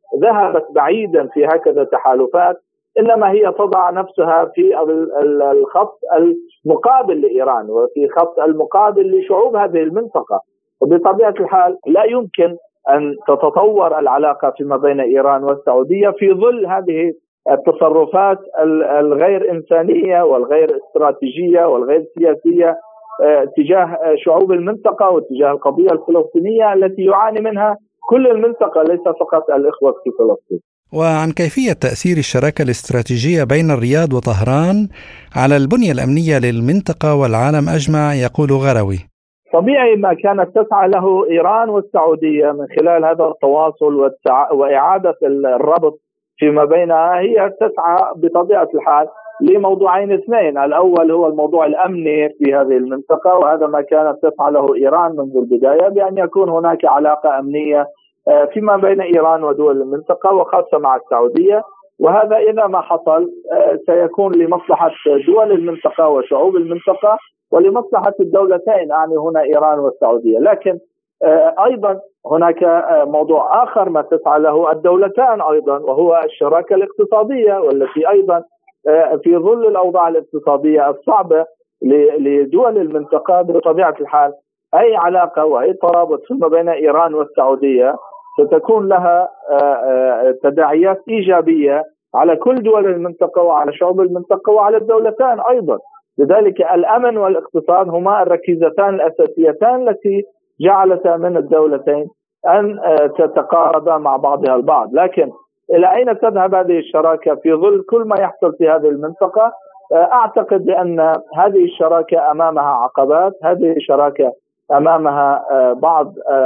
ذهبت بعيدا في هكذا تحالفات، إنما هي تضع نفسها في الخط المقابل لإيران وفي خط المقابل لشعوب هذه المنطقة. وبطبيعة الحال لا يمكن أن تتطور العلاقة فيما بين إيران والسعودية في ظل هذه التصرفات الغير إنسانية والغير استراتيجية والغير سياسية تجاه شعوب المنطقة وتجاه القضية الفلسطينية التي يعاني منها كل المنطقة ليس فقط الإخوة في فلسطين. وعن كيفية تأثير الشراكة الاستراتيجية بين الرياض وطهران على البنية الأمنية للمنطقة والعالم أجمع يقول غروي: طبيعي ما كانت تسعى له إيران والسعودية من خلال هذا التواصل وإعادة الربط فيما بينها، هي تسعى بطبيعة الحال لموضوعين اثنين. الأول هو الموضوع الأمني في هذه المنطقة، وهذا ما كانت تسعى له إيران منذ البداية، بأن يكون هناك علاقة أمنية فيما بين إيران ودول المنطقة وخاصة مع السعودية. وهذا إذا ما حصل سيكون لمصلحة دول المنطقة وشعوب المنطقة ولمصلحة الدولتين، أعني هنا إيران والسعودية. لكن أيضا هناك موضوع آخر ما تسعى له الدولتان أيضا، وهو الشراكة الاقتصادية، والتي أيضا في ظل الأوضاع الاقتصادية الصعبة لدول المنطقة بطبيعة الحال أي علاقة وأي ترابط فيما بين إيران والسعودية ستكون لها تداعيات إيجابية على كل دول المنطقة وعلى شعوب المنطقة وعلى الدولتان أيضا. لذلك الأمن والاقتصاد هما الركيزتان الأساسيتان التي جعلتا من الدولتين أن تتقاربا مع بعضها البعض. لكن إلى أين تذهب هذه الشراكة في ظل كل ما يحصل في هذه المنطقة؟ أعتقد بأن هذه الشراكة أمامها عقبات، هذه الشراكة أمامها بعض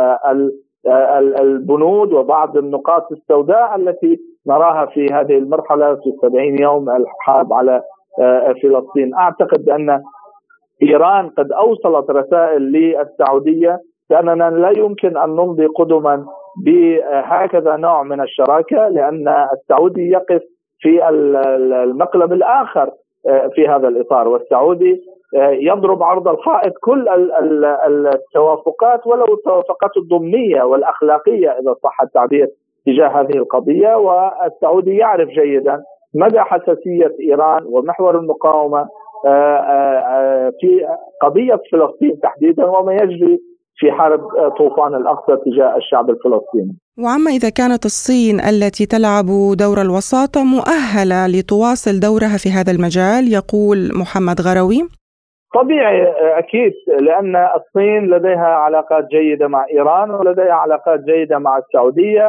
البنود وبعض النقاط السوداء التي نراها في هذه المرحلة في 70 يوم الحرب على فلسطين. أعتقد بأن إيران قد أوصلت رسائل للسعودية بأننا لا يمكن أن نمضي قدما بهكذا نوع من الشراكة، لأن السعودي يقف في المقلب الآخر في هذا الإطار، والسعودي يضرب عرض الحائط كل التوافقات ولو التوافقات الضمنية والأخلاقية إذا صح التعبير تجاه هذه القضية. والسعودي يعرف جيدا مدى حساسية إيران ومحور المقاومة في قضية فلسطين تحديدا وما يجري في حرب طوفان الأقصى تجاه الشعب الفلسطيني. وعما إذا كانت الصين التي تلعب دور الوساطة مؤهلة لتواصل دورها في هذا المجال، يقول محمد غروي؟ طبيعي أكيد، لأن الصين لديها علاقات جيدة مع إيران ولديها علاقات جيدة مع السعودية،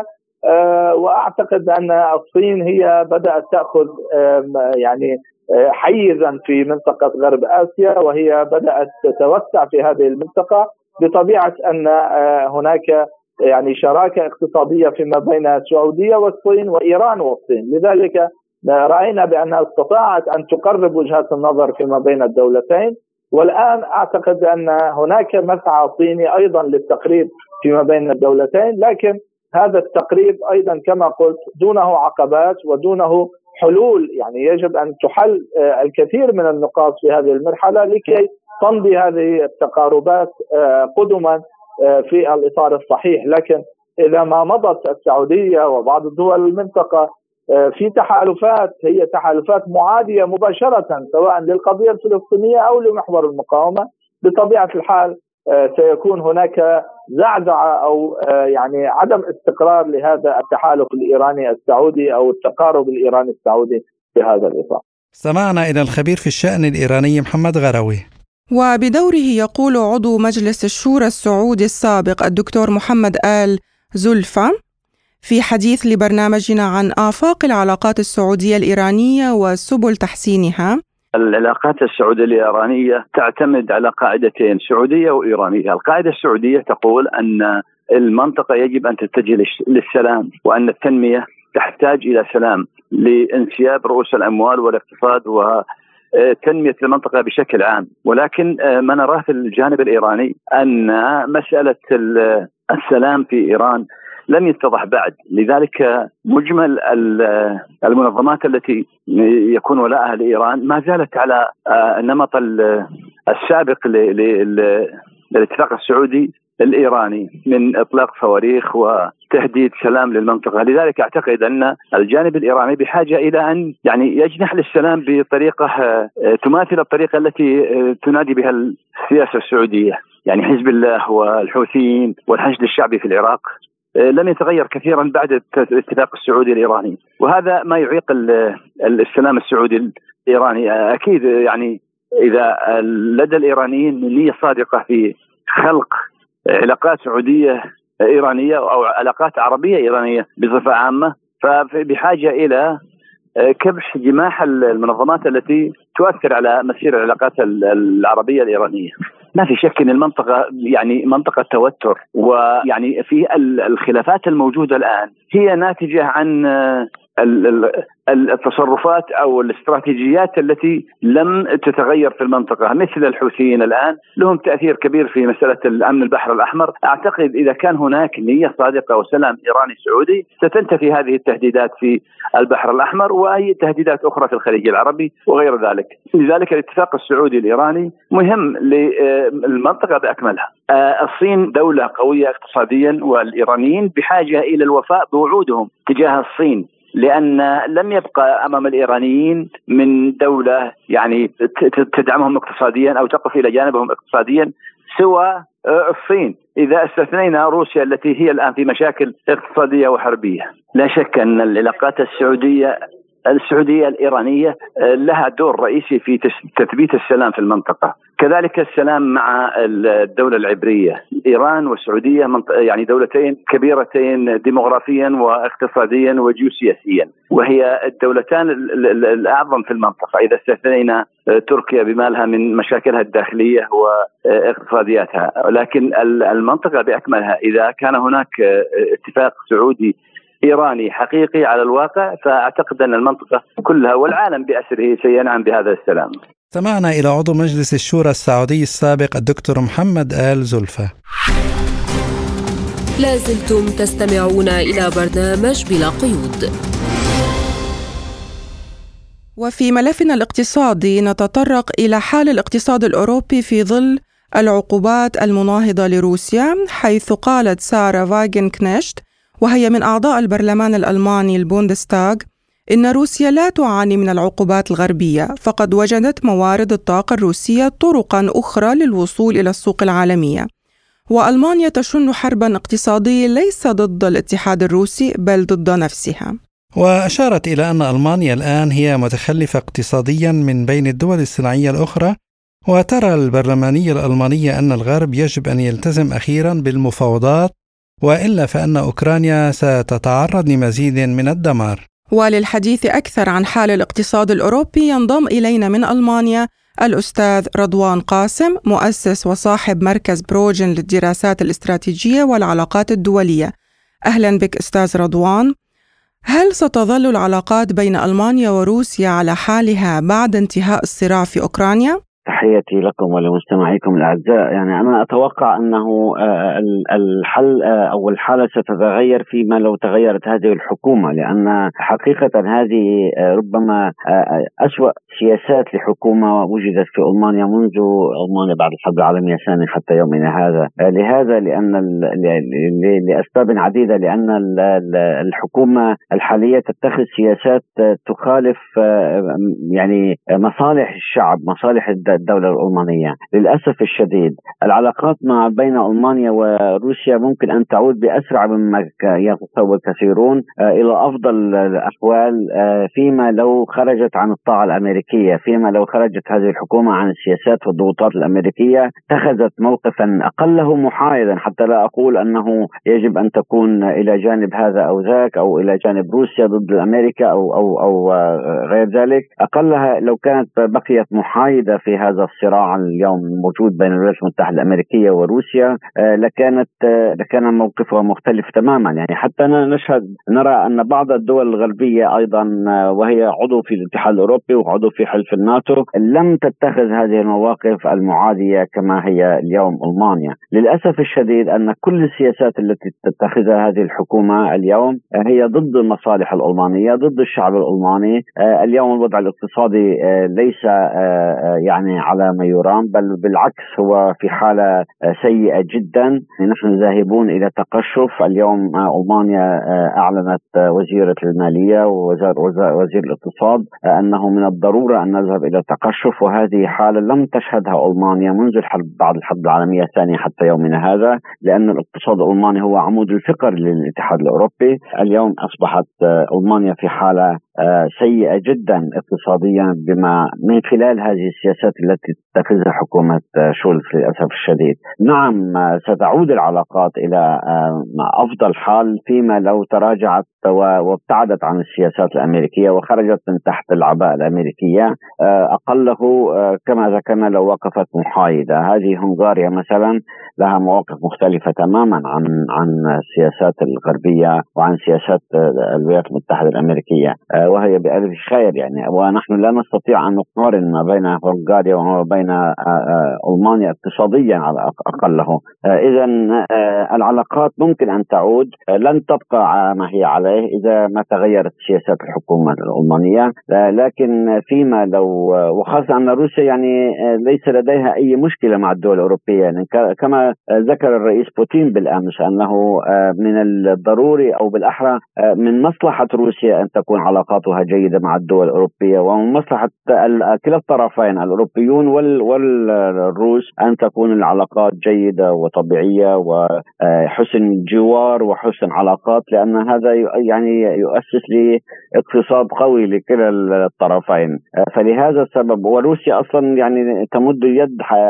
وأعتقد أن الصين هي بدأت تأخذ يعني حيزا في منطقة غرب آسيا، وهي بدأت تتوسع في هذه المنطقة بطبيعة أن هناك يعني شراكة اقتصادية فيما بين السعودية والصين وإيران والصين. لذلك رأينا بأنها استطاعت أن تقرب وجهات النظر فيما بين الدولتين، والآن أعتقد أن هناك مسعى صيني أيضا للتقريب فيما بين الدولتين، لكن هذا التقريب أيضا كما قلت دونه عقبات ودونه حلول. يعني يجب أن تحل الكثير من النقاط في هذه المرحلة لكي تمضي هذه التقاربات قدما في الإطار الصحيح. لكن إذا ما مضت السعودية وبعض الدول المنطقة في تحالفات هي تحالفات معادية مباشرة سواء للقضية الفلسطينية أو لمحور المقاومة، بطبيعة الحال سيكون هناك زعزعة أو يعني عدم استقرار لهذا التحالف الإيراني السعودي أو التقارب الإيراني السعودي في هذا الإطار. سمعنا إلى الخبير في الشأن الإيراني محمد غروي. وبدوره يقول عضو مجلس الشورى السعودي السابق الدكتور محمد آل زلفة في حديث لبرنامجنا عن آفاق العلاقات السعودية الإيرانية وسبل تحسينها: العلاقات السعودية الإيرانية تعتمد على قاعدتين سعودية وإيرانية. القاعدة السعودية تقول أن المنطقة يجب أن تتجه للسلام، وأن التنمية تحتاج إلى سلام لانسياب رؤوس الأموال والاقتصاد وتنمية المنطقة بشكل عام. ولكن ما نراه في الجانب الإيراني أن مسألة السلام في إيران لم يتضح بعد. لذلك مجمل المنظمات التي يكون ولاءها لإيران ما زالت على النمط السابق للاتفاق السعودي الإيراني من إطلاق صواريخ تهديد سلام للمنطقة. لذلك أعتقد أن الجانب الإيراني بحاجة إلى أن يعني يجنح للسلام بطريقة تماثل الطريقة التي تنادي بها السياسة السعودية. يعني حزب الله والحوثيين والحشد الشعبي في العراق لم يتغير كثيرا بعد الاتفاق السعودي الإيراني، وهذا ما يعيق السلام السعودي الإيراني. أكيد يعني إذا لدى الإيرانيين نية صادقة في خلق علاقات سعودية إيرانية أو علاقات عربية إيرانية بصفة عامة، فبحاجة إلى كبح جماح المنظمات التي تؤثر على مسير العلاقات العربية الإيرانية. ما في شك أن المنطقة يعني منطقة توتر، ويعني في الخلافات الموجودة الآن هي ناتجة عن التصرفات أو الاستراتيجيات التي لم تتغير في المنطقة، مثل الحوثيين الآن لهم تأثير كبير في مسألة الأمن البحر الأحمر. أعتقد إذا كان هناك نية صادقة وسلام إيراني سعودي ستنتفي هذه التهديدات في البحر الأحمر وأي تهديدات أخرى في الخليج العربي وغير ذلك. لذلك الاتفاق السعودي الإيراني مهم للمنطقة بأكملها. الصين دولة قوية اقتصاديا، والإيرانيين بحاجة إلى الوفاء بوعودهم تجاه الصين، لأن لم يبقى أمام الإيرانيين من دولة يعني تدعمهم اقتصاديا أو تقف إلى جانبهم اقتصاديا سوى الصين، إذا استثنينا روسيا التي هي الآن في مشاكل اقتصادية وحربية. لا شك أن العلاقات السعودية الإيرانية لها دور رئيسي في تثبيت السلام في المنطقة. كذلك السلام مع الدولة العبرية. إيران والسعودية يعني دولتين كبيرتين ديموغرافيا واقتصاديا وجيوسياسيا، وهي الدولتان الأعظم في المنطقة إذا استثنينا تركيا بما من مشاكلها الداخلية واقتصادياتها. لكن المنطقة بأكملها إذا كان هناك اتفاق سعودي إيراني حقيقي على الواقع، فأعتقد أن المنطقة كلها والعالم بأسره سينعم بهذا السلام. استمعنا إلى عضو مجلس الشورى السعودي السابق الدكتور محمد آل زلفة. لازلتم تستمعون إلى برنامج بلا قيود. وفي ملفنا الاقتصادي نتطرق إلى حال الاقتصاد الأوروبي في ظل العقوبات المناهضة لروسيا، حيث قالت سارة فاغنكنشت وهي من أعضاء البرلمان الألماني البوندستاغ إن روسيا لا تعاني من العقوبات الغربية، فقد وجدت موارد الطاقة الروسية طرقاً أخرى للوصول إلى السوق العالمية. وألمانيا تشن حرباً اقتصادية ليس ضد الاتحاد الروسي بل ضد نفسها. وأشارت إلى أن ألمانيا الآن هي متخلفة اقتصادياً من بين الدول الصناعية الأخرى، وترى البرلمانية الألمانية أن الغرب يجب أن يلتزم أخيراً بالمفاوضات، وإلا فإن أوكرانيا ستتعرض لمزيد من الدمار. وللحديث أكثر عن حال الاقتصاد الأوروبي ينضم إلينا من ألمانيا الأستاذ رضوان قاسم، مؤسس وصاحب مركز بروجن للدراسات الاستراتيجية والعلاقات الدولية. أهلا بك أستاذ رضوان. هل ستظل العلاقات بين ألمانيا وروسيا على حالها بعد انتهاء الصراع في أوكرانيا؟ تحياتي لكم ولمستمعيكم الأعزاء. يعني أنا أتوقع أنه الحل أو الحالة ستتغير فيما لو تغيرت هذه الحكومة، لأن حقيقة هذه ربما أسوأ سياسات لحكومة وجدت في ألمانيا منذ ألمانيا بعد الحرب العالمية الثانية حتى يومنا هذا. لهذا لأسباب عديدة، لأن الحكومة الحالية تتخذ سياسات تخالف يعني مصالح الشعب، مصالح الدولة الألمانية. للأسف الشديد العلاقات بين ألمانيا وروسيا ممكن أن تعود بأسرع مما يتصور كثيرون إلى أفضل الأحوال فيما لو خرجت عن الطاعة الأمريكية، فيما لو خرجت هذه الحكومة عن السياسات والضغوطات الأمريكية، اتخذت موقفا أقله محايدا، حتى لا أقول أنه يجب أن تكون إلى جانب هذا أو ذاك أو إلى جانب روسيا ضد أمريكا أو غير ذلك. أقلها لو كانت بقيت محايدة في هذا الصراع اليوم الموجود بين الولايات المتحدة الأمريكية وروسيا لكان موقفها مختلف تماما. يعني حتى نرى أن بعض الدول الغربية أيضا وهي عضو في الاتحاد الأوروبي وعضو في حلف الناتو لم تتخذ هذه المواقف المعادية كما هي اليوم ألمانيا. للأسف الشديد أن كل السياسات التي تتخذها هذه الحكومة اليوم هي ضد المصالح الألمانية، ضد الشعب الألماني. اليوم الوضع الاقتصادي ليس يعني على ما يرام، بل بالعكس هو في حالة سيئة جدا. نحن ذاهبون إلى تقشف. اليوم ألمانيا أعلنت وزيرة المالية ووزير الاقتصاد أنه من الضرورة أن نذهب إلى تقشف، وهذه حالة لم تشهدها ألمانيا منذ بعد الحرب العالمية الثانية حتى يومنا هذا، لأن الاقتصاد الألماني هو عمود الفقر للاتحاد الأوروبي. اليوم أصبحت ألمانيا في حالة سيئة جدا اقتصاديا بما من خلال هذه السياسات التي تتخذها حكومة شولز للأسف الشديد. نعم، ستعود العلاقات إلى أفضل حال فيما لو تراجعت وابتعدت عن السياسات الأمريكية وخرجت من تحت العباءة الأمريكية. أقله كما ذكرنا لو وقفت محايدة. هذه هنغاريا مثلا لها مواقف مختلفة تماما عن السياسات الغربية وعن سياسات الولايات المتحدة الأمريكية، وهي بألف خير يعني. ونحن لا نستطيع أن نقارن ما بين هنغاريا وما بين ألمانيا اقتصاديا على أقله. إذا العلاقات ممكن أن تعود، لن تبقى ما هي عليه إذا ما تغيرت سياسات الحكومة الألمانية. لكن فيما لو وخاصة أن روسيا يعني ليس لديها أي مشكلة مع الدول الأوروبية، يعني كما ذكر الرئيس بوتين بالأمس أنه من الضروري أو بالأحرى من مصلحة روسيا أن تكون علاقاتها جيدة مع الدول الأوروبية، ومن مصلحة كلا الطرفين الأوروبيون والروس أن تكون العلاقات جيدة وطبيعية وحسن جوار وحسن علاقات، لأن هذا يعني يؤسس لاقتصاد قوي لكلا الطرفين. فلهذا السبب وروسيا أصلا يعني تمد اليد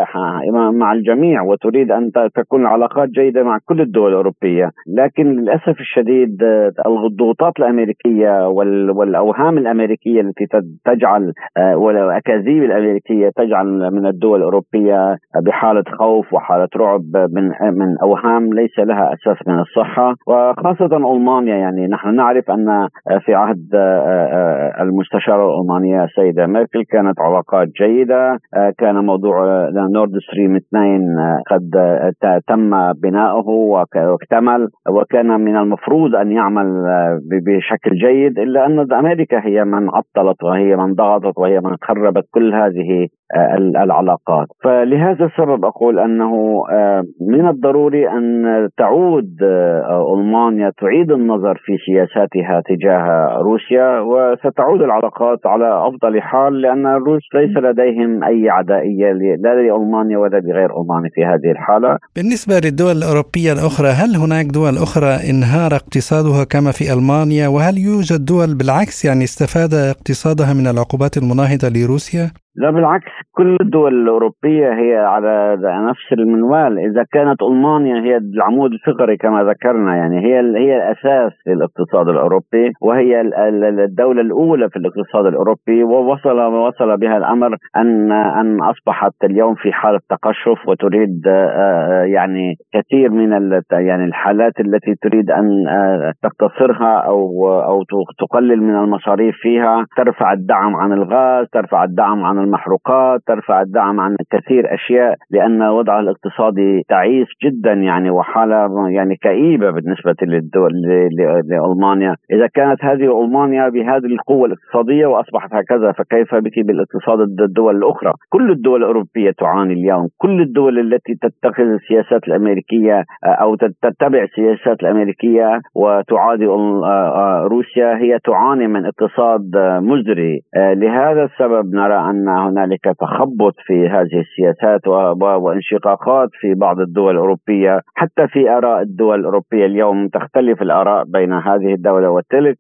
مع الجميع وتريد أن تكون العلاقات جيدة مع كل الدول الأوروبية. لكن للأسف الشديد الضغوطات الأمريكية والأوهام الأمريكية التي تجعل والأكاذيب الأمريكية تجعل من الدول الأوروبية بحالة خوف وحالة رعب من أوهام ليس لها أساس من الصحة، وخاصة ألمانيا. يعني نحن نعرف أن في عهد المستشارة الألمانية السيدة ميركل كانت علاقات جيدة، كان موضوع نورد ستريم 2 قد تم بناؤه واكتمل، وكان من المفروض أن يعمل بشكل جيد، إلا أن أمريكا هي من عطلت وهي من ضغطت وهي من خربت كل هذه العلاقات. فلهذا السبب أقول أنه من الضروري أن تعود ألمانيا تعيد النظر في سياساتها تجاه روسيا، وستعود العلاقات على أفضل حال، لأن الروس ليس لديهم أي عدائية لا لألمانيا ولا لغير ألمانيا في هذه الحالة. بالنسبة للدول الأوروبية الأخرى، هل هناك دول أخرى انهار اقتصادها كما في ألمانيا؟ وهل يوجد دول بالعكس يعني استفاد اقتصادها من العقوبات المناهضة لروسيا؟ لا بالعكس، كل الدول الأوروبية هي على نفس المنوال. إذا كانت ألمانيا هي العمود الفقري كما ذكرنا، يعني هي الأساس للاقتصاد الأوروبي، وهي الدولة الأولى في الاقتصاد الأوروبي، ووصل بها الأمر أن أصبحت اليوم في حالة تقشف، وتريد يعني كثير من يعني الحالات التي تريد أن تقتصرها أو تقلل من المصاريف فيها، ترفع الدعم عن الغاز، ترفع الدعم عن المحروقات، ترفع الدعم عن كثير أشياء، لأن وضعها الاقتصادي تعيس جدا يعني، وحالة يعني كئيبة بالنسبة لألمانيا. إذا كانت هذه ألمانيا بهذه القوة الاقتصادية وأصبحت هكذا، فكيف بك بالاقتصاد الدول الأخرى؟ كل الدول الأوروبية تعاني اليوم، كل الدول التي تتخذ السياسات الأمريكية أو تتبع السياسات الأمريكية وتعادي روسيا هي تعاني من اقتصاد مزري. لهذا السبب نرى أن هنالك تخبط في هذه السياسات وانشقاقات في بعض الدول الأوروبية، حتى في آراء الدول الأوروبية اليوم تختلف الآراء بين هذه الدولة والتلك،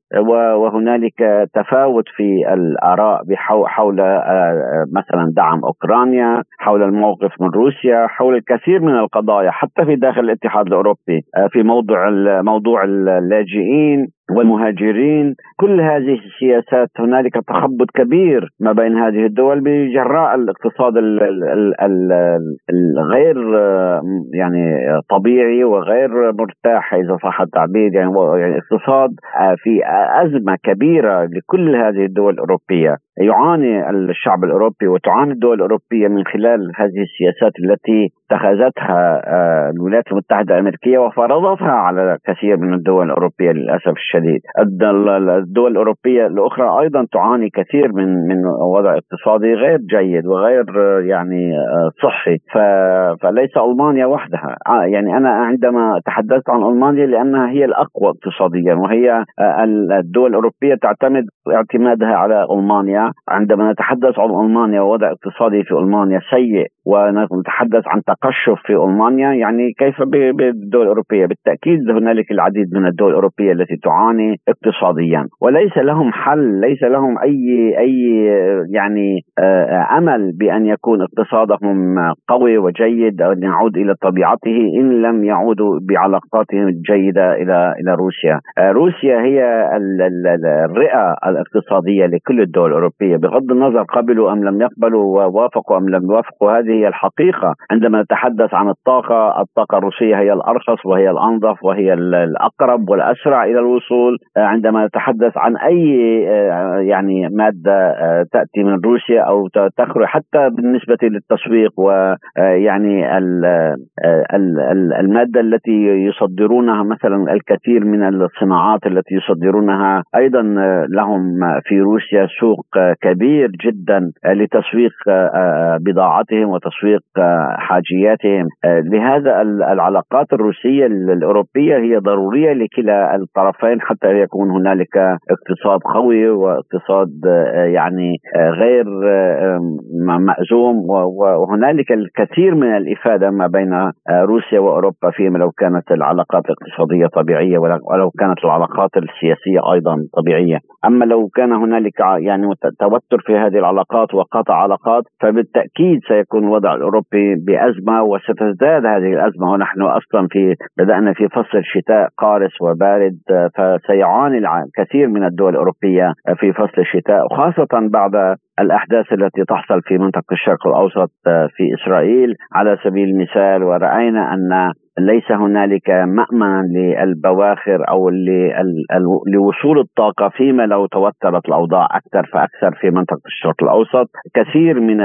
وهنالك تفاوت في الآراء حول مثلا دعم أوكرانيا، حول الموقف من روسيا، حول الكثير من القضايا، حتى في داخل الاتحاد الأوروبي في موضوع اللاجئين والمهاجرين. كل هذه السياسات هنالك تخبط كبير ما بين هذه الدول بجراء الاقتصاد الغير يعني طبيعي وغير مرتاح إذا صح التعبير، يعني اقتصاد في أزمة كبيرة لكل هذه الدول الأوروبية. يعاني الشعب الأوروبي وتعاني الدول الأوروبية من خلال هذه السياسات التي اتخذتها الولايات المتحدة الأمريكية وفرضتها على كثير من الدول الأوروبية للأسف الشديد. الدول الأوروبية الأخرى أيضا تعاني كثير من وضع اقتصادي غير جيد وغير يعني صحي، فليس ألمانيا وحدها. يعني أنا عندما تحدثت عن ألمانيا لأنها هي الأقوى اقتصاديا، وهي الدول الأوروبية تعتمد اعتمادها على ألمانيا. عندما نتحدث عن ألمانيا ووضع اقتصادي في ألمانيا سيء ونتحدث عن تقشف في ألمانيا، يعني كيف بالدول الأوروبية؟ بالتأكيد هنالك العديد من الدول الأوروبية التي تعاني اقتصاديا وليس لهم حل، ليس لهم أي يعني أمل بأن يكون اقتصادهم قوي وجيد أو أن يعود إلى طبيعته إن لم يعودوا بعلاقاتهم الجيدة إلى روسيا. روسيا هي الرئة الاقتصادية لكل الدول الأوروبية بغض النظر قبلوا أم لم يقبلوا ووافقوا أم لم يوافقوا. هذه هي الحقيقة. عندما نتحدث عن الطاقة الروسية هي الأرخص وهي الأنظف وهي الأقرب والأسرع إلى الوصول. عندما نتحدث عن أي يعني مادة تأتي من روسيا أو تخرج حتى بالنسبة للتسويق، ويعني المادة التي يصدرونها مثلا الكثير من الصناعات التي يصدرونها أيضا لهم في روسيا سوق كبير جدا لتسويق بضاعتهم وتسويق حاجياتهم. لهذا العلاقات الروسية الأوروبية هي ضرورية لكلا الطرفين حتى يكون هنالك اقتصاد قوي واقتصاد يعني غير مأزوم، وهنالك الكثير من الإفادة ما بين روسيا وأوروبا فيما لو كانت العلاقات الاقتصادية طبيعية ولو كانت العلاقات السياسية أيضا طبيعية. أما لو كان هنالك يعني توتر في هذه العلاقات وقطع علاقات فبالتأكيد سيكون الوضع الأوروبي بأزمة وستزداد هذه الأزمة. ونحن أصلا بدأنا في فصل شتاء قارس وبارد، فسيعاني كثير من الدول الأوروبية في فصل الشتاء، وخاصة بعد الأحداث التي تحصل في منطقة الشرق الأوسط في إسرائيل على سبيل المثال. ورأينا أن ليس هنالك مأمن للبواخر أو لوصول الطاقة فيما لو توترت الأوضاع أكثر فأكثر في منطقة الشرق الأوسط. كثير من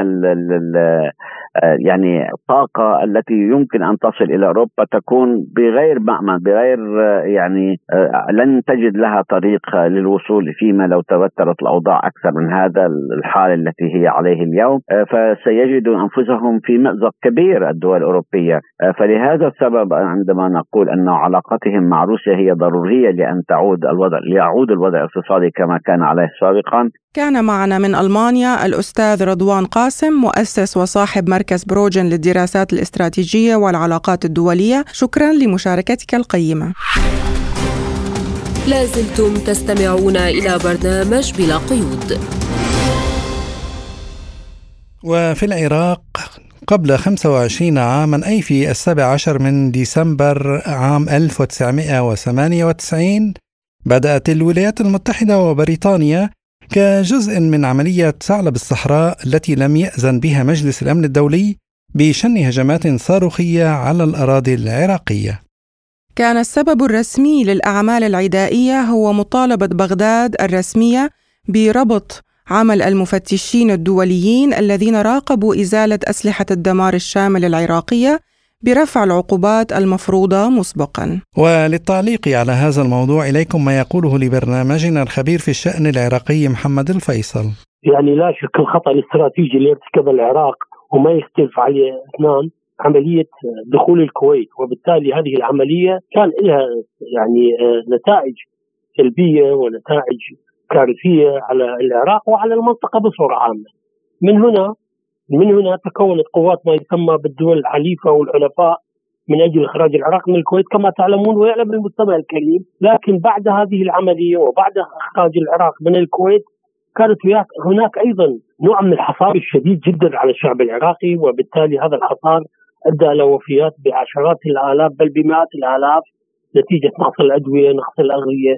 يعني الطاقة التي يمكن أن تصل إلى أوروبا تكون بغير مأمن، بغير يعني لن تجد لها طريق للوصول فيما لو توترت الأوضاع أكثر من هذا الحال التي هي عليه اليوم، فسيجدوا أنفسهم في مأزق كبير الدول الأوروبية. فلهذا السبب عندما نقول أن علاقتهم مع روسيا هي ضرورية لأن يعود الوضع الاقتصادي كما كان عليه سابقا. كان معنا من ألمانيا الأستاذ رضوان قاسم، مؤسس وصاحب مركز بروجن للدراسات الاستراتيجية والعلاقات الدولية. شكرا لمشاركتك القيمة. لازلتم تستمعون إلى برنامج بلا قيود. وفي العراق قبل 25 عاما، أي في 17 من ديسمبر عام 1998، بدأت الولايات المتحدة وبريطانيا كجزء من عملية ثعلب الصحراء التي لم يأذن بها مجلس الأمن الدولي بشن هجمات صاروخية على الأراضي العراقية. كان السبب الرسمي للأعمال العدائية هو مطالبة بغداد الرسمية بربط عمل المفتشين الدوليين الذين راقبوا إزالة أسلحة الدمار الشامل العراقية برفع العقوبات المفروضة مسبقا. وللتعليق على هذا الموضوع إليكم ما يقوله لبرنامجنا الخبير في الشأن العراقي محمد الفيصل. يعني لا شك الخطأ الاستراتيجي اللي ارتكب العراق وما يختلف عليه اثنان عملية دخول الكويت، وبالتالي هذه العملية كان لها يعني نتائج سلبية ونتائج كارثية على العراق وعلى المنطقة بصورة عامة. من هنا تكونت قوات ما يسمى بالدول الحليفة والحلفاء من أجل إخراج العراق من الكويت كما تعلمون ويعلم المستمع الكريم. لكن بعد هذه العملية وبعد إخراج العراق من الكويت كانت هناك أيضا نوع من الحصار الشديد جدا على الشعب العراقي، وبالتالي هذا الحصار أدى إلى وفيات بعشرات الآلاف بل بمئات الآلاف نتيجة نقص الأدوية، نقص الأغذية،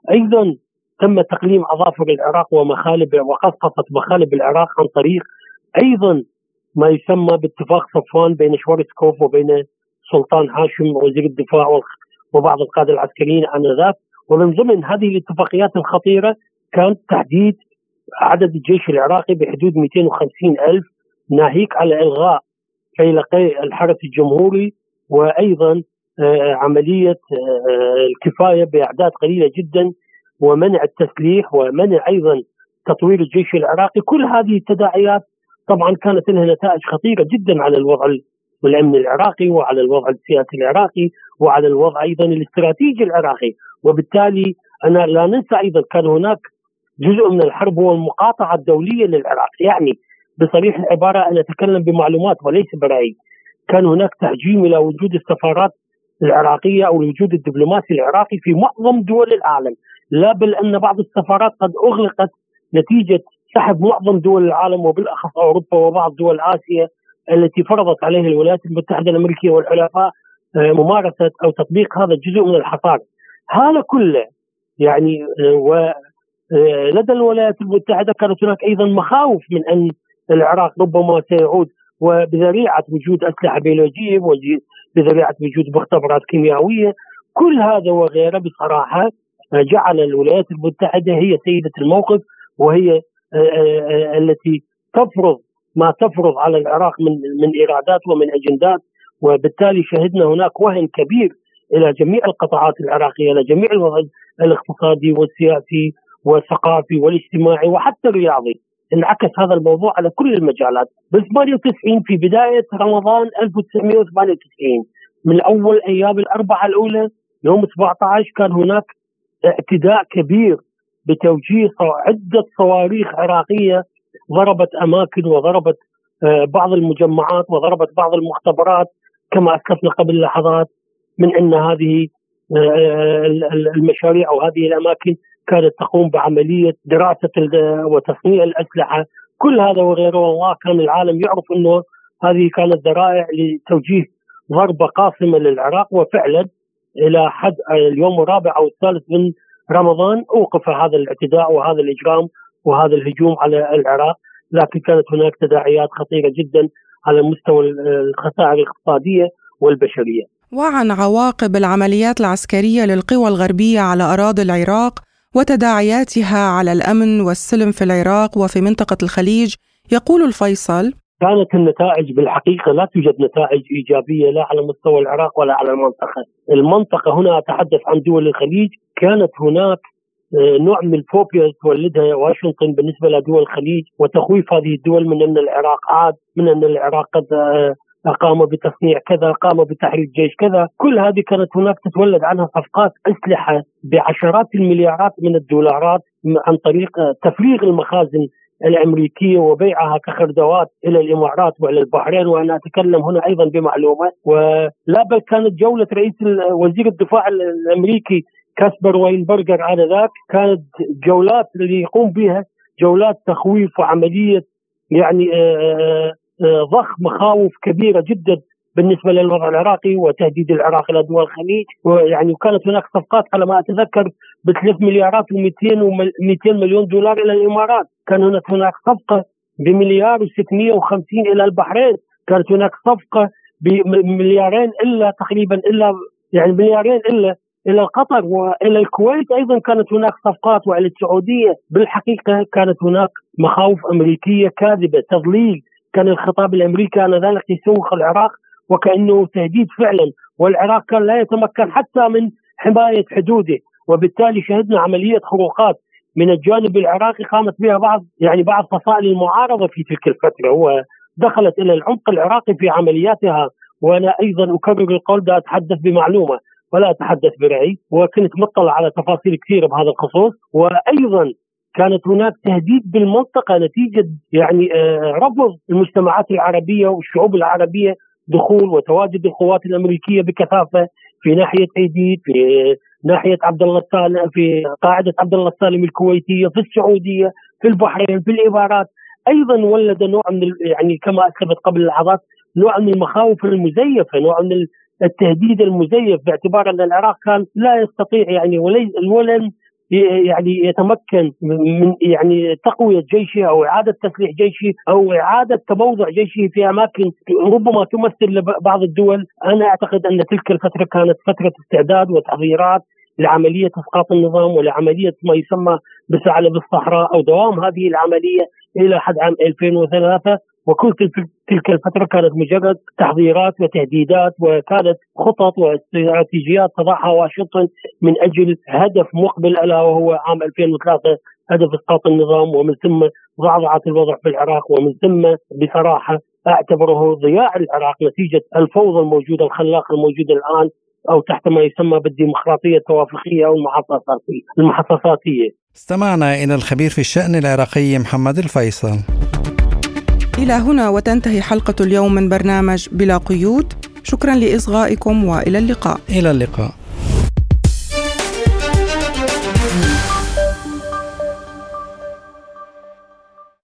أيضا تم تقليم أظافر العراق ومخالب وقصقصة مخالب العراق عن طريق أيضا ما يسمى باتفاق صفوان بين شوارزكوف وبين سلطان هاشم وزير الدفاع وبعض القادة العسكريين آنذاك. ومن ضمن هذه الاتفاقيات الخطيرة كان تحديد عدد الجيش العراقي بحدود 250 ألف، ناهيك على إلغاء فيلقي الحرس الجمهوري، وأيضا عملية الكفاية بأعداد قليلة جدا، ومنع التسليح، ومنع أيضا تطوير الجيش العراقي. كل هذه التداعيات طبعا كانت لها نتائج خطيرة جدا على الوضع والأمن العراقي، وعلى الوضع السياسي العراقي، وعلى الوضع أيضا الاستراتيجي العراقي. وبالتالي أنا لا ننسى أيضا كان هناك جزء من الحرب هو المقاطعة الدولية للعراق. يعني بصريح العبارة أنا أتكلم بمعلومات وليس برأيي، كان هناك تهجيم إلى وجود السفارات العراقية أو الوجود الدبلوماسي العراقي في معظم دول العالم، لا بل أن بعض السفارات قد أغلقت نتيجة سحب معظم دول العالم وبالأخص أوروبا وبعض دول آسيا التي فرضت عليها الولايات المتحدة الأمريكية والحلفاء ممارسة أو تطبيق هذا الجزء من الحصار. هذا كله يعني ولدى الولايات المتحدة كانت هناك أيضا مخاوف من أن العراق ربما سيعود وبذريعة وجود أسلحة بيولوجية وبذريعة وجود مختبرات كيميائية. كل هذا وغيره بصراحة جعل الولايات المتحدة هي سيدة الموقف، وهي التي تفرض ما تفرض على العراق من إرادات ومن أجندات. وبالتالي شهدنا هناك وهن كبير إلى جميع القطاعات العراقية، إلى جميع الوضع الاقتصادي والسياسي والثقافي والاجتماعي وحتى الرياضي. انعكس هذا الموضوع على كل المجالات. بال 98 في بداية رمضان 1998 من أول أيام الأربعة الأولى يوم 17 كان هناك اعتداء كبير بتوجيه عدة صواريخ عراقية ضربت أماكن وضربت بعض المجمعات وضربت بعض المختبرات، كما أسلفنا قبل لحظات من أن هذه المشاريع أو هذه الأماكن كانت تقوم بعملية دراسة وتصنيع الأسلحة. كل هذا وغيره، والله كان العالم يعرف أنه هذه كانت ذرائع لتوجيه ضربة قاصمة للعراق. وفعلا إلى حد اليوم الرابع أو الثالث من رمضان أوقف هذا الاعتداء وهذا الإجرام وهذا الهجوم على العراق، لكن كانت هناك تداعيات خطيرة جدا على مستوى الخسائر الاقتصادية والبشرية. وعن عواقب العمليات العسكرية للقوى الغربية على أراضي العراق وتداعياتها على الأمن والسلم في العراق وفي منطقة الخليج، يقول الفيصل: كانت النتائج بالحقيقة لا توجد نتائج إيجابية لا على مستوى العراق ولا على المنطقة هنا أتحدث عن دول الخليج. كانت هناك نوع من الفوبيا تولدها واشنطن بالنسبة لدول الخليج وتخويف هذه الدول من أن العراق عاد، من أن العراق قد قام بتصنيع كذا، قام بتحريك جيش كذا. كل هذه كانت هناك تتولد عنها صفقات أسلحة بعشرات المليارات من الدولارات عن طريق تفريغ المخازن الأمريكية وبيعها كخردوات إلى الإمارات وإلى البحرين. وأنا أتكلم هنا أيضا بمعلومة، ولا بل كانت جولة رئيس وزير الدفاع الأمريكي كاسبر واينبرغر آنذاك كانت جولات اللي يقوم بها جولات تخويف وعملية يعني ضخ مخاوف كبيرة جدا بالنسبة للوضع العراقي وتهديد العراق إلى دول الخليج. ويعني وكانت هناك صفقات على ما أتذكر ب3 مليارات و200 مليون دولار إلى الإمارات. كان هناك صفقة بمليار و650 إلى البحرين. كانت هناك صفقة بمليارين إلا تقريبا إلا يعني مليارين إلى قطر وإلى الكويت. أيضا كانت هناك صفقات وإلى السعودية. بالحقيقة كانت هناك مخاوف أمريكية كاذبة، تضليل. كان الخطاب الأمريكي آنذاك يسوق العراق وكأنه تهديد فعلا، والعراق كان لا يتمكن حتى من حماية حدوده. وبالتالي شهدنا عملية خروقات من الجانب العراقي قامت بها بعض فصائل المعارضة في تلك الفترة، ودخلت إلى العمق العراقي في عملياتها. وأنا أيضا أكرر القول ده، أتحدث بمعلومة ولا أتحدث برأي، وكنت مطلع على تفاصيل كثيرة بهذا الخصوص. وأيضا كانت هناك تهديد بالمنطقة نتيجة يعني رفض المجتمعات العربية والشعوب العربية دخول وتواجد القوات الأمريكية بكثافة في ناحية أيديد، في ناحية عبد الله السالم، في قاعدة عبد الله السالم الكويتية، في السعودية، في البحرين، في الإمارات. أيضا ولد نوع من يعني كما أسلفت قبل لحظات نوع من المخاوف المزيفة، نوع من التهديد المزيف، باعتبار أن العراق كان لا يستطيع يعني ولن يعني يتمكن من يعني تقوية جيشه أو إعادة تسليح جيشه أو إعادة تموضع جيشه في أماكن ربما تمثل لبعض الدول. أنا أعتقد أن تلك الفترة كانت فترة استعداد وتحضيرات لعملية إسقاط النظام ولعملية ما يسمى بثعلب الصحراء أو دوام هذه العملية إلى حد عام 2003. وكل تلك الفترة كانت مجرد تحضيرات وتهديدات، وكانت خطط واستراتيجيات تضعها واشنطن من أجل هدف مقبل ألا وهو عام 2003 هدف إسقاط النظام، ومن ثم ضعضعة الوضع في العراق، ومن ثم بصراحة أعتبره ضياع العراق نتيجة الفوضى الموجودة الخلاقة الموجودة الآن أو تحت ما يسمى بالديمقراطية التوافقية أو المحاصصاتية. استمعنا إلى الخبير في الشأن العراقي محمد الفيصل. إلى هنا وتنتهي حلقة اليوم من برنامج بلا قيود. شكرا لإصغائكم وإلى اللقاء. إلى اللقاء.